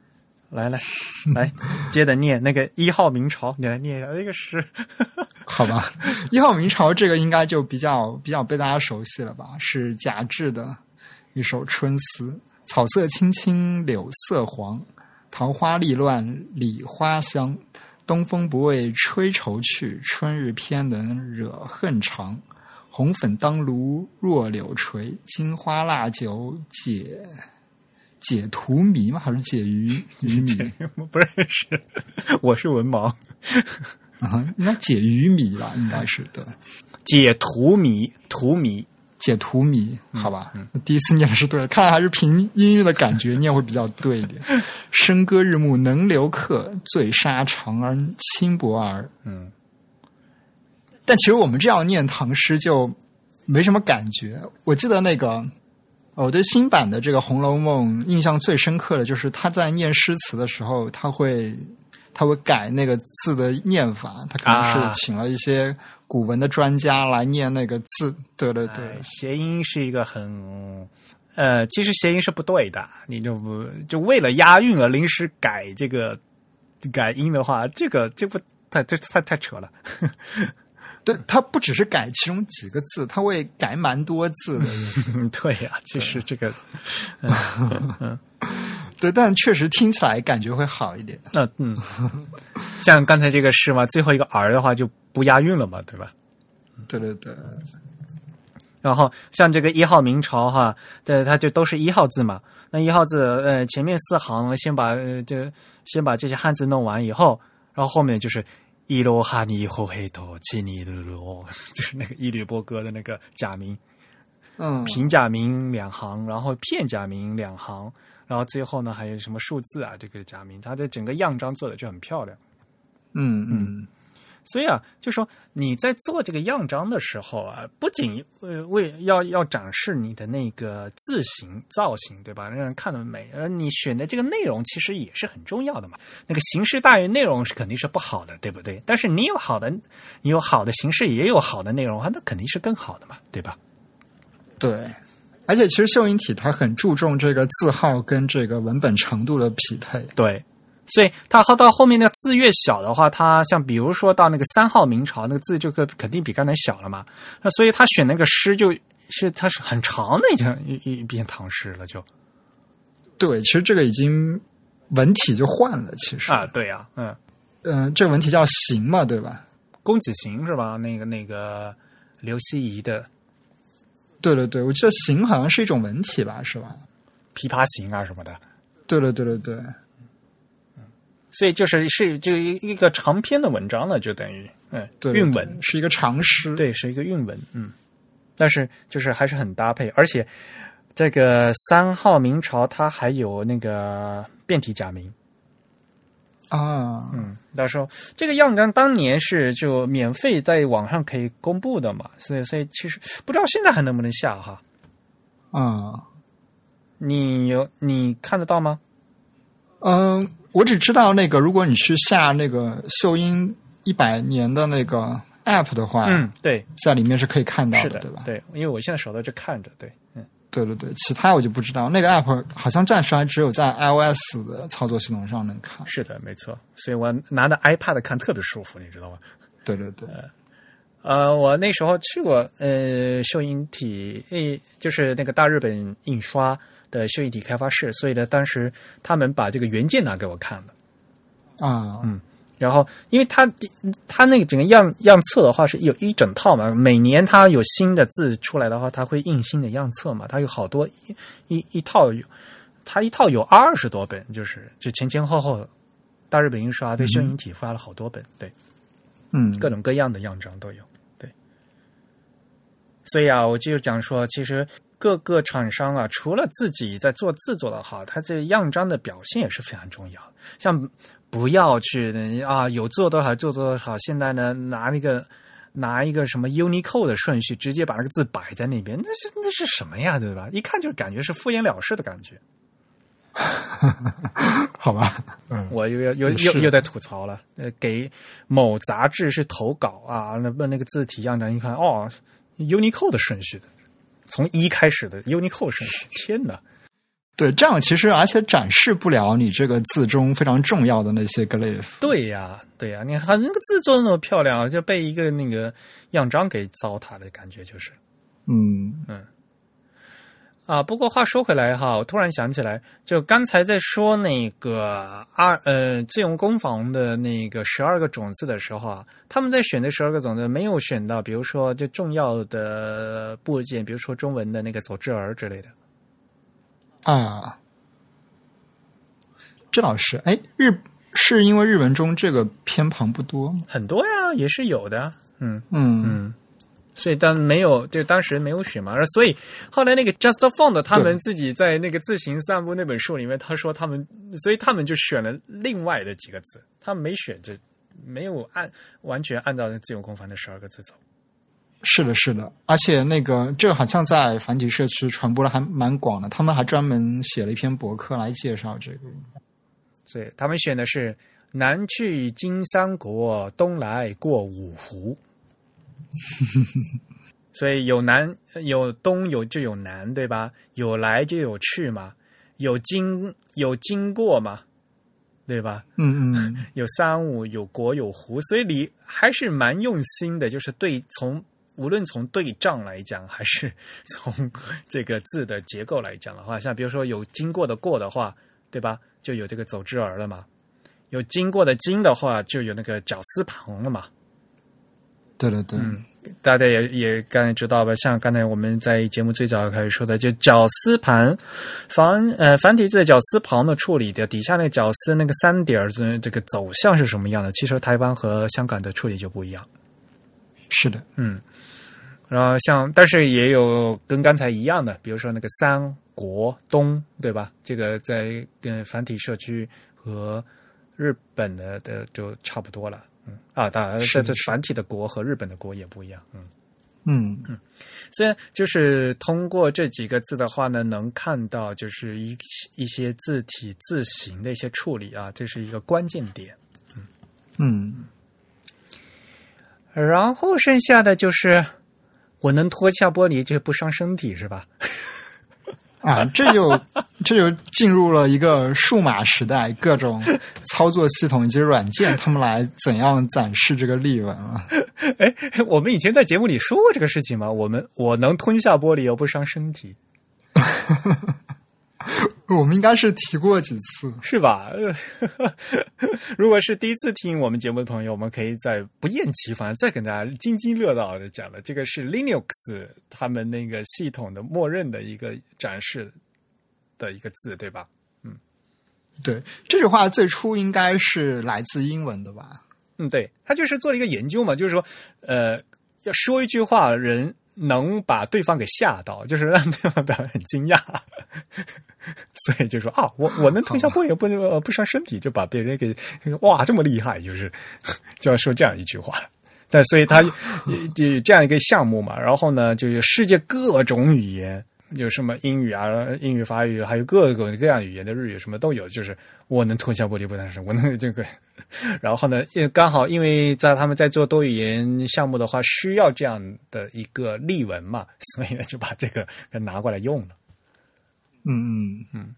A: 来来来，接着念那个一号明朝，你来念一下那个诗。
B: 好吧，一号明朝这个应该就比较比较被大家熟悉了吧？是贾至的一首春词：草色青青柳色黄，桃花丽乱李花香。东风不为吹愁去，春日偏能惹恨长。红粉当炉若柳垂，金花蜡酒解解荼蘼吗？还是解鱼鱼米？
A: 不认识，我是文盲。
B: 啊，应该解鱼米吧？应该是对。
A: 解荼蘼，荼蘼，
B: 解荼蘼，好吧。嗯嗯、第一次念是对的，看来还是凭音乐的感觉念会比较对一点。笙歌日暮能留客，醉沙长安轻薄儿。
A: 嗯。
B: 但其实我们这样念唐诗就没什么感觉。我记得那个，我对新版的这个《红楼梦》印象最深刻的就是他在念诗词的时候，他会他会改那个字的念法，他可能是请了一些古文的专家来念那个字。对对对，
A: 哎、谐音是一个很呃，其实谐音是不对的，你就不就为了押韵而临时改这个改音的话，这个这不太这太太扯了。
B: 对，他不只是改其中几个字，他会改蛮多字的。
A: 对呀、啊，其实这个，嗯嗯、
B: 对，但确实听起来感觉会好一点。
A: 那、呃、嗯，像刚才这个是嘛，最后一个儿的话就不押韵了嘛，对吧？
B: 对对对。
A: 然后像这个一号明朝哈，对，它就都是一号字嘛。那一号字，呃，前面四行先把呃，就先把这些汉字弄完以后，然后后面就是。一罗哈尼后黑头七尼噜噜，就是那个一吕波歌的那个假名，
B: 嗯，
A: 平假名两行，然后片假名两行，然后最后呢还有什么数字啊，这个假名，它的整个样章做的就很漂亮。
B: 嗯嗯，
A: 所以啊，就说你在做这个样章的时候啊，不仅呃为要要展示你的那个字形造型，对吧？让人看得美，而你选的这个内容其实也是很重要的嘛。那个形式大于内容是肯定是不好的，对不对？但是你有好的，你有好的形式，也有好的内容，那肯定是更好的嘛，对吧？
B: 对。而且其实秀英体它很注重这个字号跟这个文本长度的匹配。
A: 对。所以它到后面那个字越小的话，它像比如说到那个三号明朝那个字就肯定比刚才小了嘛。那所以他选那个诗就是它是很长的一篇一一篇唐诗了就。
B: 对，其实这个已经文体就换了，其实
A: 啊，对呀、啊，嗯
B: 嗯、呃，这个文体叫行嘛，对吧？
A: 公子行是吧？那个那个刘希夷的。
B: 对对对，我记得行好像是一种文体吧，是吧？
A: 琵琶行啊什么的。
B: 对对对对对。
A: 所以就是是就一个长篇的文章了，就等于嗯，
B: 对对对
A: 韵文
B: 是一个长诗，
A: 对，是一个韵文，嗯，但是就是还是很搭配，而且这个三号明朝它还有那个变体假名
B: 啊，
A: 嗯，到时候这个样章当年是就免费在网上可以公布的嘛，所以所以其实不知道现在还能不能下哈，
B: 啊，
A: 你有你看得到吗？
B: 嗯、呃。我只知道那个，如果你去下那个秀英一百年的那个 app 的话，
A: 嗯，对，
B: 在里面是可以看到的，
A: 是的
B: 对吧？
A: 对，因为我现在手头就看着，对，嗯，
B: 对对对，其他我就不知道。那个 app 好像暂时还只有在 iOS 的操作系统上能看。
A: 是的，没错，所以我拿着 iPad 看特别舒服，你知道吗？
B: 对对对。
A: 呃，我那时候去过呃秀英体，诶，就是那个大日本印刷的秀英体开发室，所以呢，当时他们把这个原件拿给我看了
B: 啊，
A: 嗯，然后因为他他那个整个样样册的话是有一整套嘛，每年他有新的字出来的话，他会印新的样册嘛，他有好多一一一套有，他一套有二十多本，就是就前前后后大日本印刷对秀英体发了好多本，对，
B: 嗯，
A: 各种各样的样章都有，对，所以啊，我就讲说，其实。各个厂商啊，除了自己在做字做得好，它这样章的表现也是非常重要。像不要去啊，有做多少做多少，现在呢拿一个拿一个什么 Unicode 的顺序，直接把那个字摆在那边，那是那是什么呀，对吧？一看就感觉是敷衍了事的感觉。
B: 好吧，嗯，
A: 我又又又又又在吐槽了。呃，给某杂志是投稿啊，那那个字体样章一看，哦 ，Unicode 的顺序的。从一开始的 Unicode 顺序，天哪！
B: 对，这样其实而且展示不了你这个字中非常重要的那些 glyph。
A: 对呀，对呀，你看那个字做的那么漂亮，就被一个那个样章给糟蹋的感觉，就是，
B: 嗯
A: 嗯。啊，不过话说回来哈，我突然想起来，就刚才在说那个二呃自由攻防的那个十二个种子的时候啊，他们在选的十二个种子没有选到，比如说就重要的部件，比如说中文的那个走之儿之类的。
B: 啊，这倒是，哎，日是因为日文中这个偏旁不多吗？
A: 很多呀，也是有的，嗯
B: 嗯
A: 嗯。所以当没有，就当时没有选嘛，所以后来那个 Just Font 他们自己在那个自行散步那本书里面，他说他们，所以他们就选了另外的几个字，他们没选这，没有按完全按照自由攻防的十二个字走。
B: 是的，是的，而且那个这个好像在繁体社区传播的还蛮广的，他们还专门写了一篇博客来介绍这个。
A: 所以他们选的是南去金三国，东来过五湖。所以有南有东有就有南，对吧？有来就有去嘛，有经有经过嘛，对吧？
B: 嗯嗯，
A: 有三五有国有湖，所以你还是蛮用心的，就是对从无论从对仗来讲，还是从这个字的结构来讲的话，像比如说有经过的过的话，对吧？就有这个走之儿了嘛。有经过的经的话，就有那个绞丝旁了嘛。
B: 对对对，
A: 嗯，大家也也刚才知道吧？像刚才我们在节目最早开始说的，就绞丝旁繁呃繁体字的绞丝旁的处理的底下那个绞丝那个三点这这个走向是什么样的？其实台湾和香港的处理就不一样。
B: 是的，
A: 嗯，然后像但是也有跟刚才一样的，比如说那个三国东，对吧？这个在跟繁体社区和日本的的就差不多了。啊，当然，这这繁体的国和日本的国也不一样，嗯
B: 嗯
A: 嗯，虽然就是通过这几个字的话呢，能看到就是一一些字体字形的一些处理啊，这是一个关键点，
B: 嗯嗯，
A: 然后剩下的就是我能脱下玻璃，这不伤身体是吧？
B: 啊，这就这就进入了一个数码时代，各种操作系统以及软件，他们来怎样展示这个例文了？
A: 哎，我们以前在节目里说过这个事情吗？我们我能吞下玻璃又不伤身体，
B: 我们应该是提过几次，
A: 是吧？如果是第一次听我们节目的朋友，我们可以再不厌其烦再跟大家津津乐道的讲了。这个是 Linux 他们那个系统的默认的一个展示的一个字，对吧？嗯，
B: 对，这句话最初应该是来自英文的吧？
A: 嗯，对，他就是做了一个研究嘛，就是说，呃，要说一句话，人能把对方给吓到，就是让对方表现很惊讶。所以就说啊，我我能吞下玻璃不呃不伤身体，就把别人给哇这么厉害，就是就要说这样一句话。但所以他就这样一个项目嘛，然后呢，就有世界各种语言，有什么英语啊、英语、法语，还有各种各样语言的日语，什么都有。就是我能吞下玻璃不伤身，我能这个。然后呢，刚好因为在他们在做多语言项目的话，需要这样的一个例文嘛，所以呢就把这个拿过来用了。
B: 嗯嗯
A: 嗯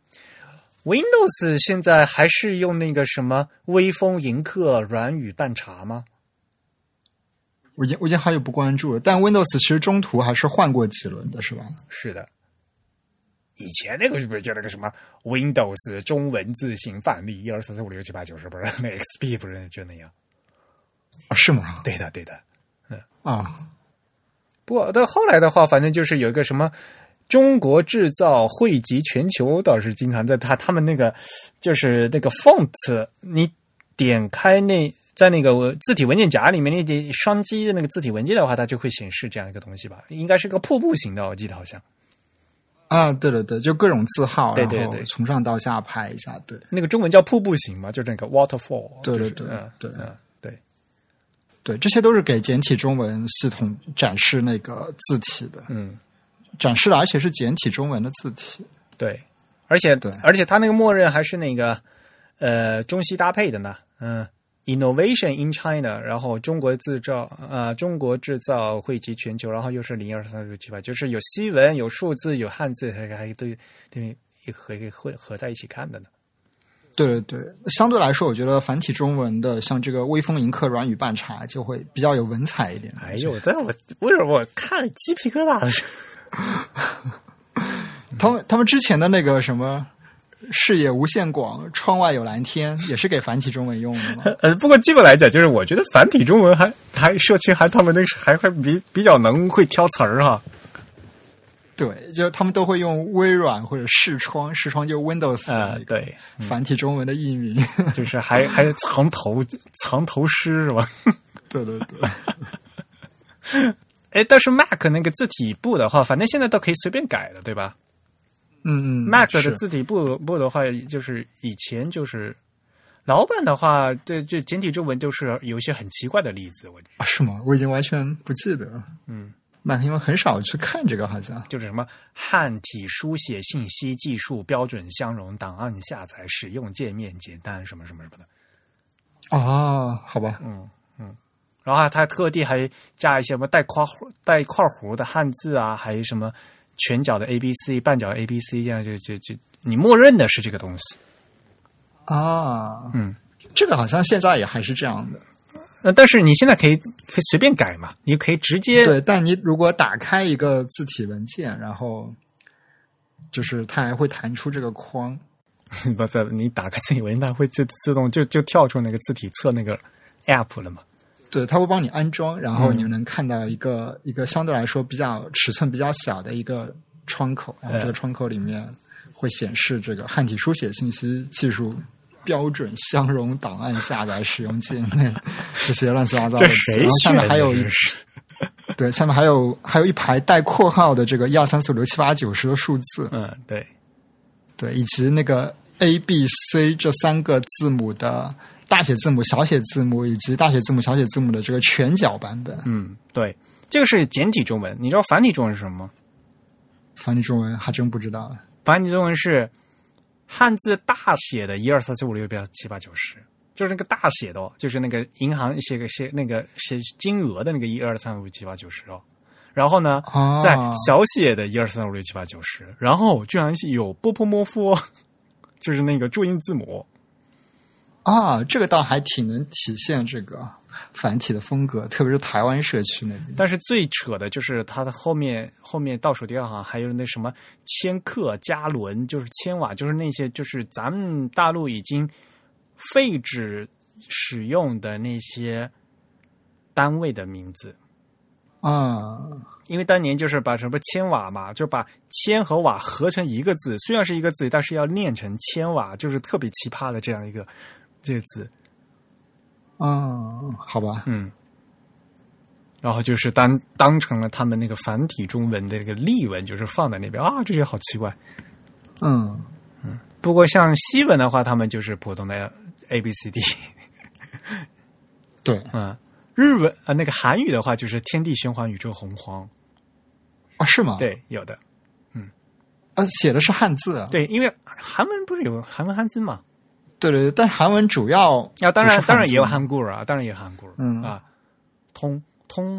A: ，Windows 现在还是用那个什么微风迎客软语半茶吗？
B: 我已经我已经好久不关注了，但 Windows 其实中途还是换过几轮的，是吧？
A: 是的，以前那个是不是叫那个什么 Windows 中文字形范例一二三四五六七八九十，不是那 X P 不是就那样
B: 啊？是吗？
A: 对的，对的，嗯
B: 啊。
A: 不过到后来的话，反正就是有一个什么。中国制造汇集全球倒是经常在他他们那个就是那个 font， 你点开那在那个字体文件夹里面，你得双击的那个字体文件的话，它就会显示这样一个东西吧？应该是个瀑布型的，我记得好像。
B: 啊，对对对，就各种字号，
A: 对对对，
B: 然后从上到下拍一下，对。
A: 那个中文叫瀑布型嘛，就是那个 waterfall。
B: 对对对，
A: 就是、
B: 对，
A: 嗯，对，
B: 对，这些都是给简体中文系统展示那个字体的。
A: 嗯。
B: 展示的，而且是简体中文的字体。
A: 对，而且
B: 对，
A: 而且它那个默认还是那个呃中西搭配的呢。嗯 ，Innovation in China， 然后中国制造呃中国制造汇集全球，然后又是零二三六七八，就是有西文、有数字、有汉字，还还对对合合合在一起看的呢？
B: 对对对，相对来说，我觉得繁体中文的像这个微风迎客、软语半茶就会比较有文采一点。
A: 哎呦，但我为什么我看鸡皮疙瘩？
B: 他们他们之前的那个什么视野无限广，窗外有蓝天，也是给繁体中文用的吗？
A: 呃，不过基本来讲，就是我觉得繁体中文还还社区还他们那个还还比比较能会挑词儿哈。
B: 对，就他们都会用微软或者视窗，视窗就 Windows
A: 啊、呃，对，
B: 繁体中文的译名，
A: 就是还还藏头藏头诗是吧？
B: 对对对。
A: 哎，但是 Mac 那个字体部的话，反正现在都可以随便改了，对吧？
B: 嗯嗯
A: ，Mac 的字体部部的话，就是以前就是老版的话，对，就简体中文都是有一些很奇怪的例子，我
B: 啊是吗？我已经完全不记得了。
A: 嗯。
B: Mac 因为很少去看这个，好像
A: 就是什么汉体书写信息技术标准相容，档案下载使用界面简单，什么什么什么的。
B: 哦，好吧，
A: 嗯嗯，然后他特地还加一些什么带括弧带括弧的汉字啊，还有什么全角的 A B C、半角 A B C， 这样就就就你默认的是这个东西
B: 啊。
A: 嗯，
B: 这个好像现在也还是这样的。
A: 呃，但是你现在可以可以随便改嘛，你可以直接
B: 对，但你如果打开一个字体文件，然后就是它还会弹出这个框。
A: 不不，你打开字体文件，它会就自动就就跳出那个字体册那个 app 了嘛？
B: 对，它会帮你安装，然后你能看到一个、嗯、一个相对来说比较尺寸比较小的一个窗口，然后这个窗口里面会显示这个汉体书写信息技术标准相容档案下载使用界面这些乱七八糟的词，然后下面还有一对，下面还有还有一排带括号的这个一二三四五六七八九十的数字，
A: 嗯，对
B: 对，以及那个 A B C 这三个字母的大写字母、小写字母以及大写字母、小写字母的这个全角版本。
A: 嗯，对，这个是简体中文。你知道繁体中文是什么吗？
B: 繁体中文还真不知道。
A: 繁体中文是汉字大写的一二三四五六七八九十，就是那个大写的哦，就是那个银行写个写那个写金额的那个一二三四五六七八九十哦。然后呢，
B: 啊、
A: 在小写的一二三四五六七八九十，然后居然有波波摩夫，就是那个注音字母
B: 啊，这个倒还挺能体现这个繁体的风格，特别是台湾社区那边。
A: 但是最扯的就是它的后面后面倒数第二行还有那什么千克加仑，就是千瓦，就是那些就是咱们大陆已经废止使用的那些单位的名字
B: 啊。
A: 因为当年就是把什么千瓦嘛，就把千和瓦合成一个字，虽然是一个字，但是要念成千瓦，就是特别奇葩的这样一个这个字。
B: 嗯，好吧，
A: 嗯，然后就是当当成了他们那个繁体中文的那个例文，就是放在那边啊，这些好奇怪。
B: 嗯
A: 嗯，不过像西文的话，他们就是普通的 A B C D。
B: 对，
A: 嗯，日文啊、呃，那个韩语的话就是天地玄黄，宇宙洪荒。
B: 啊，是吗？
A: 对，有的。嗯，
B: 啊，写的是汉字啊。
A: 对，因为韩文不是有韩文汉字吗？
B: 对对对，但韩文主要
A: 啊，当然当然也有韩国啊，当然也有韩国
B: 嗯
A: 啊，通通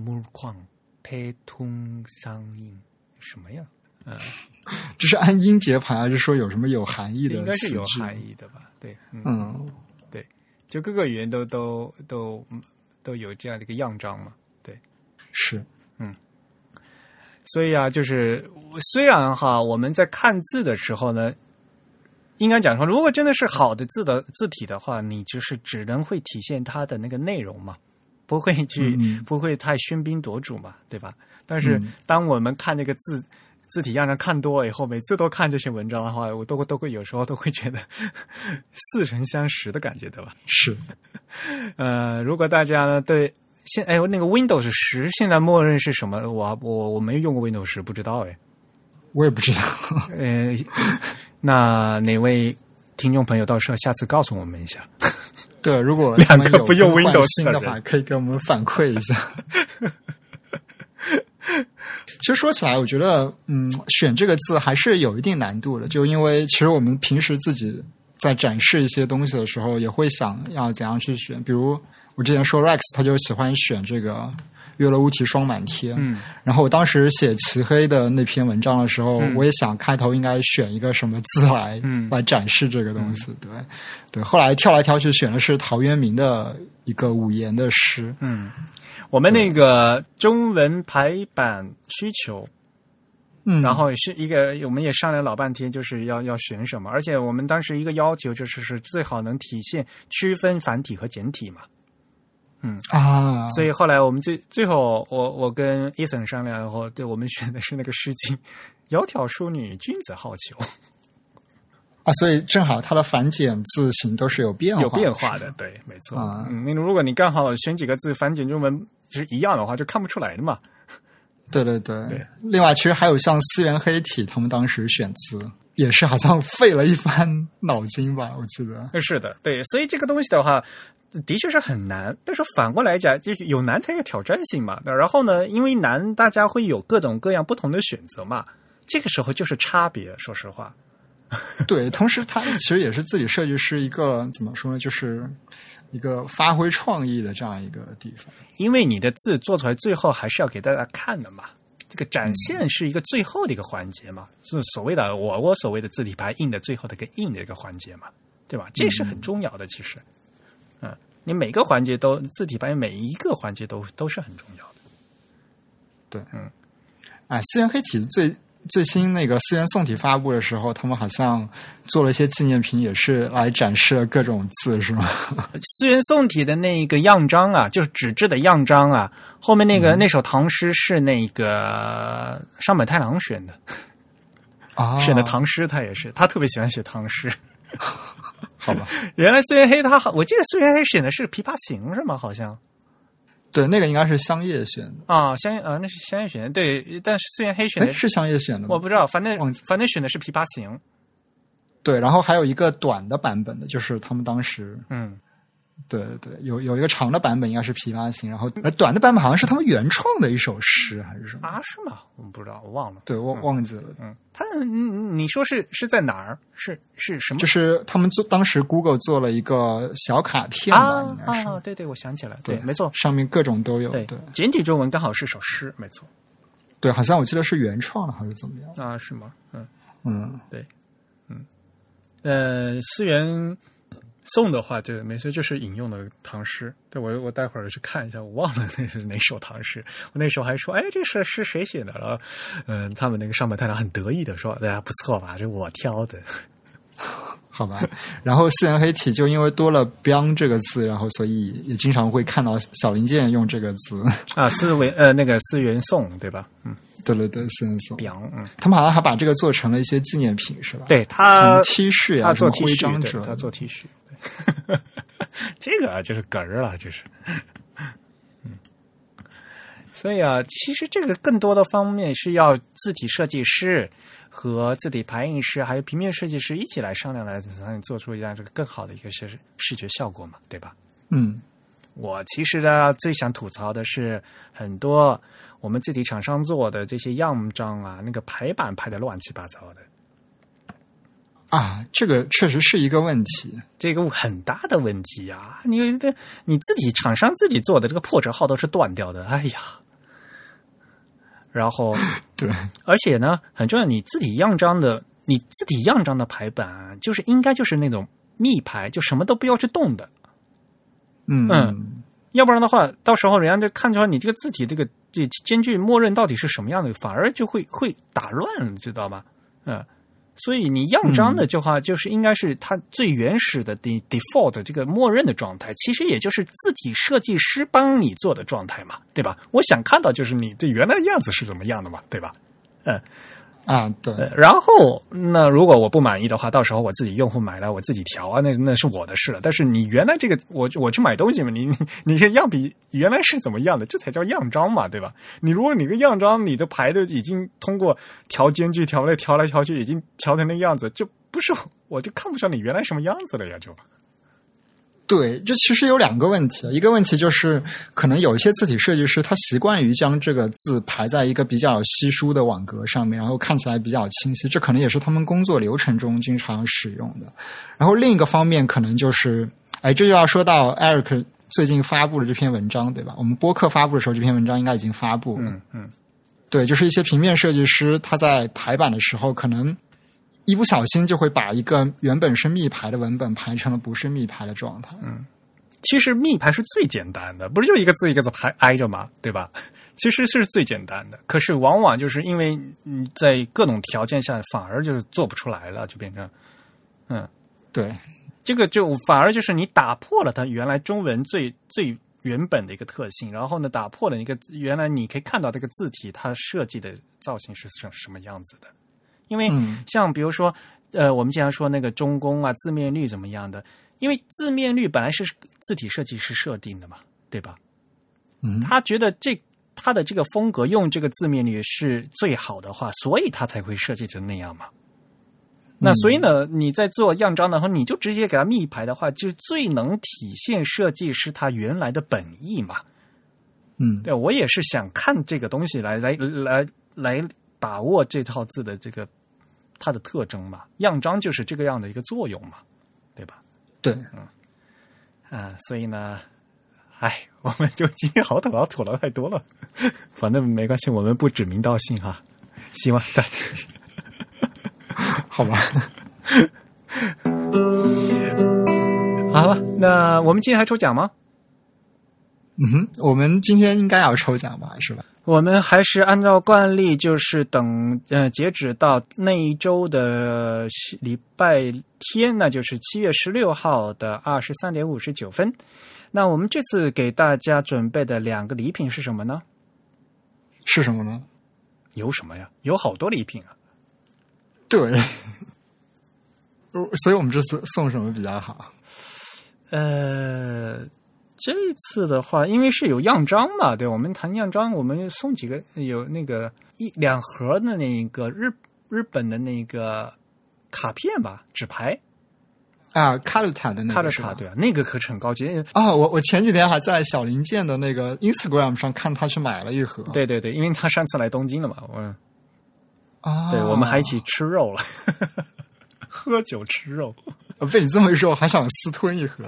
A: 해물광태통상인什么呀？嗯，
B: 这是按音节排，还是说有什么有含义的？
A: 应该是有含义的吧？对，嗯，
B: 嗯
A: 对，就各个语言都都都都有这样的一个样章嘛，对，
B: 是，
A: 嗯。所以啊，就是虽然哈，我们在看字的时候呢，应该讲说，如果真的是好的字的字体的话，你就是只能会体现它的那个内容嘛，不会去、
B: 嗯、
A: 不会太喧宾夺主嘛，对吧？但是当我们看那个字、嗯、字体样章看多了以后，每次都看这些文章的话，我都都会有时候都会觉得似曾相识的感觉，对吧？
B: 是。
A: 呃，如果大家呢对。现哎，那个 Windows 十现在默认是什么？我我我没用过 Windows 十，不知道哎。
B: 我也不知道。
A: 呃，那哪位听众朋友到时候下次告诉我们一下。
B: 对，如果
A: 两个不用 Windows
B: 的话，可以给我们反馈一下。其实说起来，我觉得，嗯，选这个字还是有一定难度的，就因为其实我们平时自己在展示一些东西的时候，也会想要怎样去选，比如。我之前说 Rex 他就喜欢选这个月落乌啼霜满天。
A: 嗯，
B: 然后我当时写漆黑的那篇文章的时候，
A: 嗯、
B: 我也想开头应该选一个什么字来、
A: 嗯、
B: 来展示这个东西。对对，后来挑来挑去选的是陶渊明的一个五言的诗。
A: 嗯，我们那个中文排版需求。
B: 嗯，
A: 然后是一个，我们也商量老半天，就是要要选什么，而且我们当时一个要求就是是最好能体现区分繁体和简体嘛。嗯
B: 啊，
A: 所以后来我们最最后我我跟 Ethan 商量，然后对我们选的是那个诗经，窈窕淑女，君子好逑。
B: 啊，所以正好它的繁简字形都是有变化，
A: 有变化的，对，没错。
B: 啊、
A: 嗯，那如果你刚好选几个字繁简中文就是一样的话，就看不出来的嘛。
B: 对对对，
A: 对，
B: 另外其实还有像思源黑体，他们当时选词也是好像费了一番脑筋吧，我记得。
A: 是的，对，所以这个东西的话，的确是很难。但是反过来讲，就是有难才有挑战性嘛。然后呢，因为难，大家会有各种各样不同的选择嘛。这个时候就是差别，说实话。
B: 对，同时他其实也是自己设计师一个怎么说呢，就是一个发挥创意的这样一个地方。
A: 因为你的字做出来最后还是要给大家看的嘛，这个展现是一个最后的一个环节嘛，是所谓的我我所谓的字体排印的最后的一个印的一个环节嘛，对吧？这是很重要的，其实，嗯，你每个环节都字体排印每一个环节都都是很重要的。
B: 对，
A: 嗯，
B: 哎，思源黑体最。最新那个思源宋体发布的时候，他们好像做了一些纪念品，也是来展示了各种字，是吗？
A: 思源宋体的那个样章啊，就是纸质的样章啊，后面那个、嗯、那首唐诗是那个上本太郎选的
B: 啊，
A: 选的唐诗，他也是，他特别喜欢写唐诗。
B: 好吧，
A: 原来思源黑他，我记得思源黑选的是《琵琶行》是吗？好像。
B: 对，那个应该是香叶选的
A: 啊，香叶啊，那是香叶选的。对，但是思源黑选的
B: 是香叶选的吗？
A: 我不知道，反正反正选的是《琵琶行》。
B: 对，然后还有一个短的版本的，就是他们当时，
A: 嗯，
B: 对对，有有一个长的版本应该是《琵琶行》，然后短的版本好像是他们原创的一首诗还是什么
A: 啊？是吗？我不知道，我忘了。
B: 对，我忘记了。
A: 嗯，他你说是是在哪儿？是是什么？
B: 就是他们做当时 Google 做了一个小卡片吧，
A: 啊、
B: 应该是。
A: 啊，对对，我想起来了，对，对没错，
B: 上面各种都有。
A: 对，
B: 对
A: 简体中文刚好是首诗，没错。
B: 对，好像我记得是原创的，还是怎么样？
A: 啊，是吗？嗯
B: 嗯，
A: 对，嗯，呃，思源宋的话，对，没错，就是引用的唐诗。对，我我待会儿去看一下，我忘了那是哪首唐诗。我那时候还说，哎，这是是谁写的了？嗯、呃，他们那个上本太郎很得意的说，哎呀，不错吧，这我挑的。
B: 好吧，然后思源黑体就因为多了“标”这个字，然后所以也经常会看到小零件用这个字
A: 啊，思维呃那个思源宋对吧？嗯，
B: 对对对，思源宋。
A: 标，嗯，
B: 他们好像还把这个做成了一些纪念品，是吧？
A: 对他
B: T 恤啊，
A: 他做 T
B: 徽章之类的，
A: 他做 T 恤，这个就是哏儿了，就是。嗯，所以啊，其实这个更多的方面是要字体设计师和字体排印师还有平面设计师一起来商量来，才能做出一样这个更好的一个视视觉效果嘛，对吧？
B: 嗯，
A: 我其实呢最想吐槽的是很多我们字体厂商做的这些样章啊，那个排版排的乱七八糟的。
B: 啊，这个确实是一个问题，
A: 这个很大的问题啊！你这你自己厂商自己做的这个破折号都是断掉的，哎呀。然后，
B: 对，
A: 而且呢，很重要，你字体样章的，你字体样章的排版啊，就是应该就是那种密排，就什么都不要去动的。
B: 嗯
A: 嗯，要不然的话，到时候人家就看出来你这个字体这个这间距默认到底是什么样的，反而就会会打乱，知道吗？嗯。所以你样章的这话，就是应该是它最原始的 default 这个默认的状态，其实也就是字体设计师帮你做的状态嘛，对吧？我想看到就是你这原来的样子是怎么样的嘛，对吧？嗯。
B: 啊，对、
A: 呃。然后，那如果我不满意的话，到时候我自己用户买了，我自己调啊，那那是我的事了。但是你原来这个，我我去买东西嘛，你你你这样比原来是怎么样的，这才叫样章嘛，对吧？你如果你个样章，你的排的已经通过调间距、调来调来调去，已经调成那个样子，就不是我就看不上你原来什么样子了呀，就。
B: 对，这其实有两个问题。一个问题就是，可能有一些字体设计师他习惯于将这个字排在一个比较稀疏的网格上面，然后看起来比较清晰，这可能也是他们工作流程中经常使用的。然后另一个方面可能就是，哎，这就要说到 Eric 最近发布了这篇文章，对吧？我们播客发布的时候，这篇文章应该已经发布了。
A: 嗯嗯，
B: 对，就是一些平面设计师他在排版的时候，可能一不小心就会把一个原本是密排的文本排成了不是密排的状态。
A: 嗯，其实密排是最简单的，不是就一个字一个字排挨着嘛，对吧？其实是最简单的，可是往往就是因为你在各种条件下反而就是做不出来了，就变成嗯，
B: 对，
A: 这个就反而就是你打破了它原来中文最最原本的一个特性，然后呢打破了一个原来你可以看到这个字体它设计的造型是什么样子的。因为像比如说呃我们经常说那个中宫啊字面率怎么样的，因为字面率本来是字体设计师设定的嘛，对吧？
B: 嗯，
A: 他觉得这他的这个风格用这个字面率是最好的话，所以他才会设计成那样嘛。那所以呢，你在做样章的话，你就直接给它密排的话，就最能体现设计师他原来的本意嘛。
B: 嗯，
A: 对，我也是想看这个东西来来来来把握这套字的这个它的特征嘛。样章就是这个样的一个作用嘛，对吧？
B: 对，
A: 嗯，啊，所以呢。哎，我们就今天好吐槽吐了太多了，反正没关系，我们不指名道姓哈，希望大家
B: 好吧。
A: 好了，那我们今天还抽奖吗？
B: 嗯哼，我们今天应该要抽奖吧，是吧？
A: 我们还是按照惯例，就是等呃截止到那一周的礼拜天，那就是七月十六号的二十三点五十九分。那我们这次给大家准备的两个礼品是什么呢？
B: 是什么呢？
A: 有什么呀？有好多礼品啊。
B: 对，所以我们这次送什么比较好？
A: 呃，这次的话，因为是有样章嘛，对，我们谈样章，我们送几个，有那个一两盒的那个日日本的那个卡片吧，纸牌。
B: 啊，卡鲁塔的那个，
A: 卡鲁塔对啊，那个可是很高级
B: 啊！我我前几天还在小零件的那个 Instagram 上看他去买了一盒。
A: 对对对，因为他上次来东京了嘛，我
B: 啊，
A: 对，我们还一起吃肉了，喝酒吃肉。
B: 被你这么一说，我还想私吞一盒。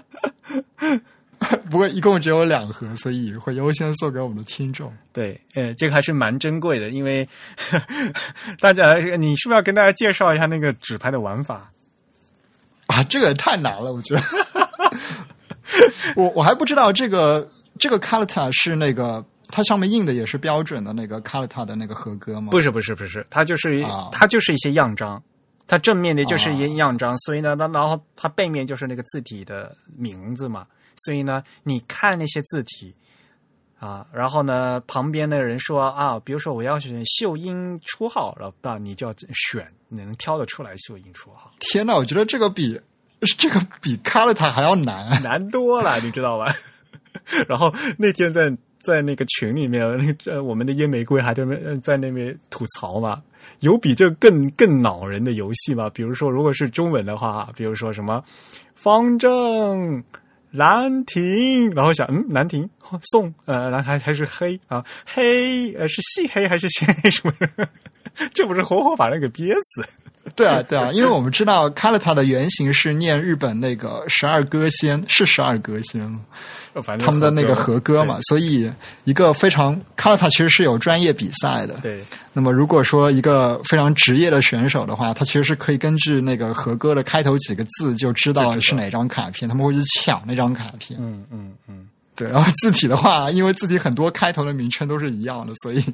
B: 不过一共只有两盒，所以会优先送给我们的听众。
A: 对，呃，这个还是蛮珍贵的，因为大家，你是不是要跟大家介绍一下那个纸牌的玩法？
B: 啊，这个也太难了，我觉得。我我还不知道这个这个 Calita 是那个它上面印的也是标准的那个 Calita 的那个合格吗？
A: 不是不是不是，它就是、啊、它就是一些样章，它正面的就是一些样章，啊、所以呢，然后它背面就是那个字体的名字嘛，所以呢，你看那些字体。啊，然后呢，旁边的人说啊，比如说我要选秀英初号，然后那你就要选，你能挑得出来秀英初号。
B: 天哪，我觉得这个比这个比 Calita 还要难，
A: 难多了，你知道吧？然后那天在在那个群里面，那我们的烟玫瑰还在那在那边吐槽嘛，有比这更更恼人的游戏吗？比如说，如果是中文的话，比如说什么方正。兰亭，然后想，嗯，兰亭宋，呃，蓝还还是黑啊，黑，呃，是细黑还是鲜黑什么？这不是活活把人给憋死？
B: 对啊，对啊，因为我们知道 Calita 的原型是念日本那个十二歌仙，是十二歌仙吗？他们的那个和歌嘛，所以一个非常 Calita 其实是有专业比赛的。
A: 对。
B: 那么如果说一个非常职业的选手的话，他其实是可以根据那个和歌的开头几个字就知道是哪张卡片，他们会去抢那张卡片。
A: 嗯嗯嗯。
B: 对，然后字体的话，因为字体很多开头的名称都是一样的，所以。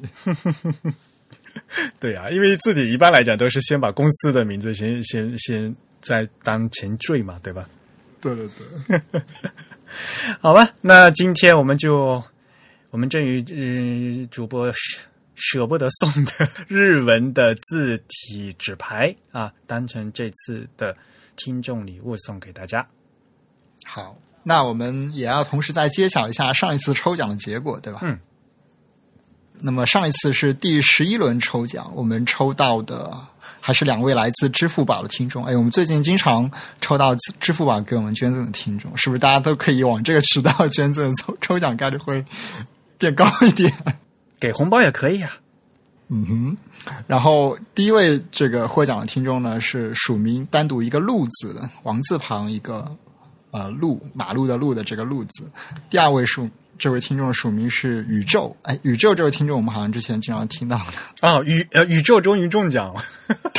A: 对啊，因为字体一般来讲都是先把公司的名字先先先在当前缀嘛，对吧？
B: 对对对。
A: 好吧，那今天我们就我们正宇、呃、主播舍不得送的日文的字体纸牌啊，当成这次的听众礼物送给大家。
B: 好，那我们也要同时再揭晓一下上一次抽奖的结果，对吧？
A: 嗯。
B: 那么上一次是第十一轮抽奖，我们抽到的还是两位来自支付宝的听众。哎，我们最近经常抽到支付宝给我们捐赠的听众，是不是大家都可以往这个渠道捐赠，抽抽奖概率会变高一点？
A: 给红包也可以啊。
B: 嗯哼。然后第一位这个获奖的听众呢，是署名单独一个陆字，王字旁一个呃路马路的路的这个路字。第二位署这位听众的署名是宇宙，哎，宇宙这位听众我们好像之前经常听到的
A: 哦，宇呃宇宙终于中奖了。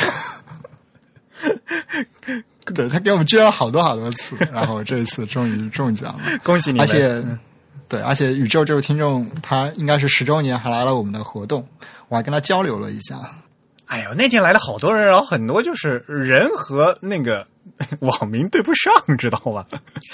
B: 对，他给我们追了好多好多次，然后这一次终于中奖了，
A: 恭喜你们！
B: 而且，
A: 嗯、
B: 对，而且宇宙这位听众他应该是十周年还来了我们的活动，我还跟他交流了一下。
A: 哎呦，那天来了好多人，然后很多就是人和那个网名对不上，知道吧？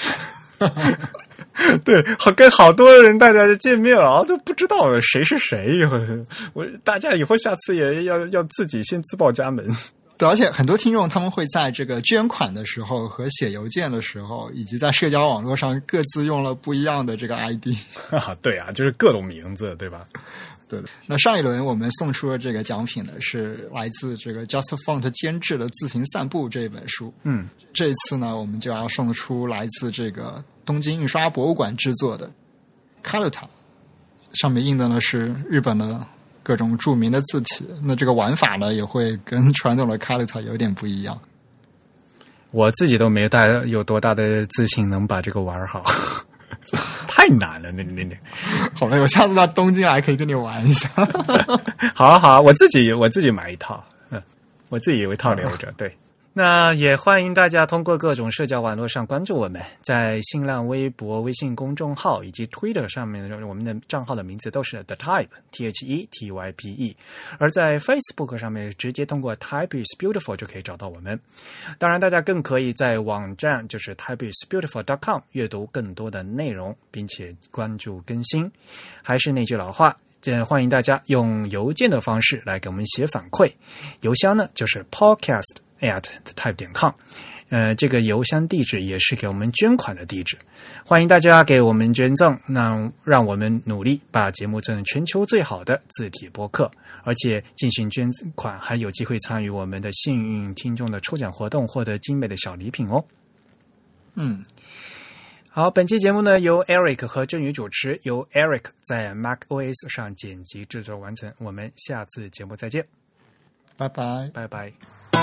A: 对，好跟好多人大家就见面了，啊，都不知道谁是谁。我大家以后下次也要要自己先自报家门。
B: 对，而且很多听众他们会在这个捐款的时候和写邮件的时候，以及在社交网络上各自用了不一样的这个 I D。
A: 啊，对啊，就是各种名字，对吧？
B: 对的。那上一轮我们送出的这个奖品呢，是来自这个 Just Font 监制的《自行散步》这一本书。
A: 嗯，
B: 这一次呢，我们就要送出来自这个东京印刷博物馆制作的 Karuta， 上面印的呢是日本的各种著名的字体，那这个玩法呢也会跟传统的 Karuta 有点不一样。
A: 我自己都没大有多大的自信能把这个玩好，太难了，那那那。
B: 好嘞，我下次到东京来可以跟你玩一下。
A: 好啊好啊，我自己我自己买一套，嗯，我自己有一套留着，对。那也欢迎大家通过各种社交网络上关注我们，在新浪微博、微信公众号以及 Twitter 上面，我们的账号的名字都是 The Type T H E T Y P E， 而在 Facebook 上面直接通过 Type is Beautiful 就可以找到我们。当然，大家更可以在网站就是 type is beautiful dot com 阅读更多的内容，并且关注更新。还是那句老话。欢迎大家用邮件的方式来给我们写反馈，邮箱呢就是 podcast at type 点 com， 呃，这个邮箱地址也是给我们捐款的地址。欢迎大家给我们捐赠，那让我们努力把节目做成全球最好的字体播客，而且进行捐款还有机会参与我们的幸运听众的抽奖活动，获得精美的小礼品哦。
B: 嗯。
A: 好，本期节目呢由 Eric 和振宇主持，由 Eric 在 macOS 上剪辑制作完成。我们下次节目再见，
B: 拜拜，
A: 拜拜。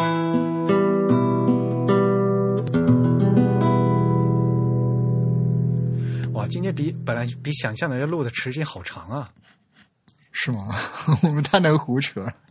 A: 哇，今天比本来比想象的录的时间好长啊！
B: 是吗？我们太能胡扯了。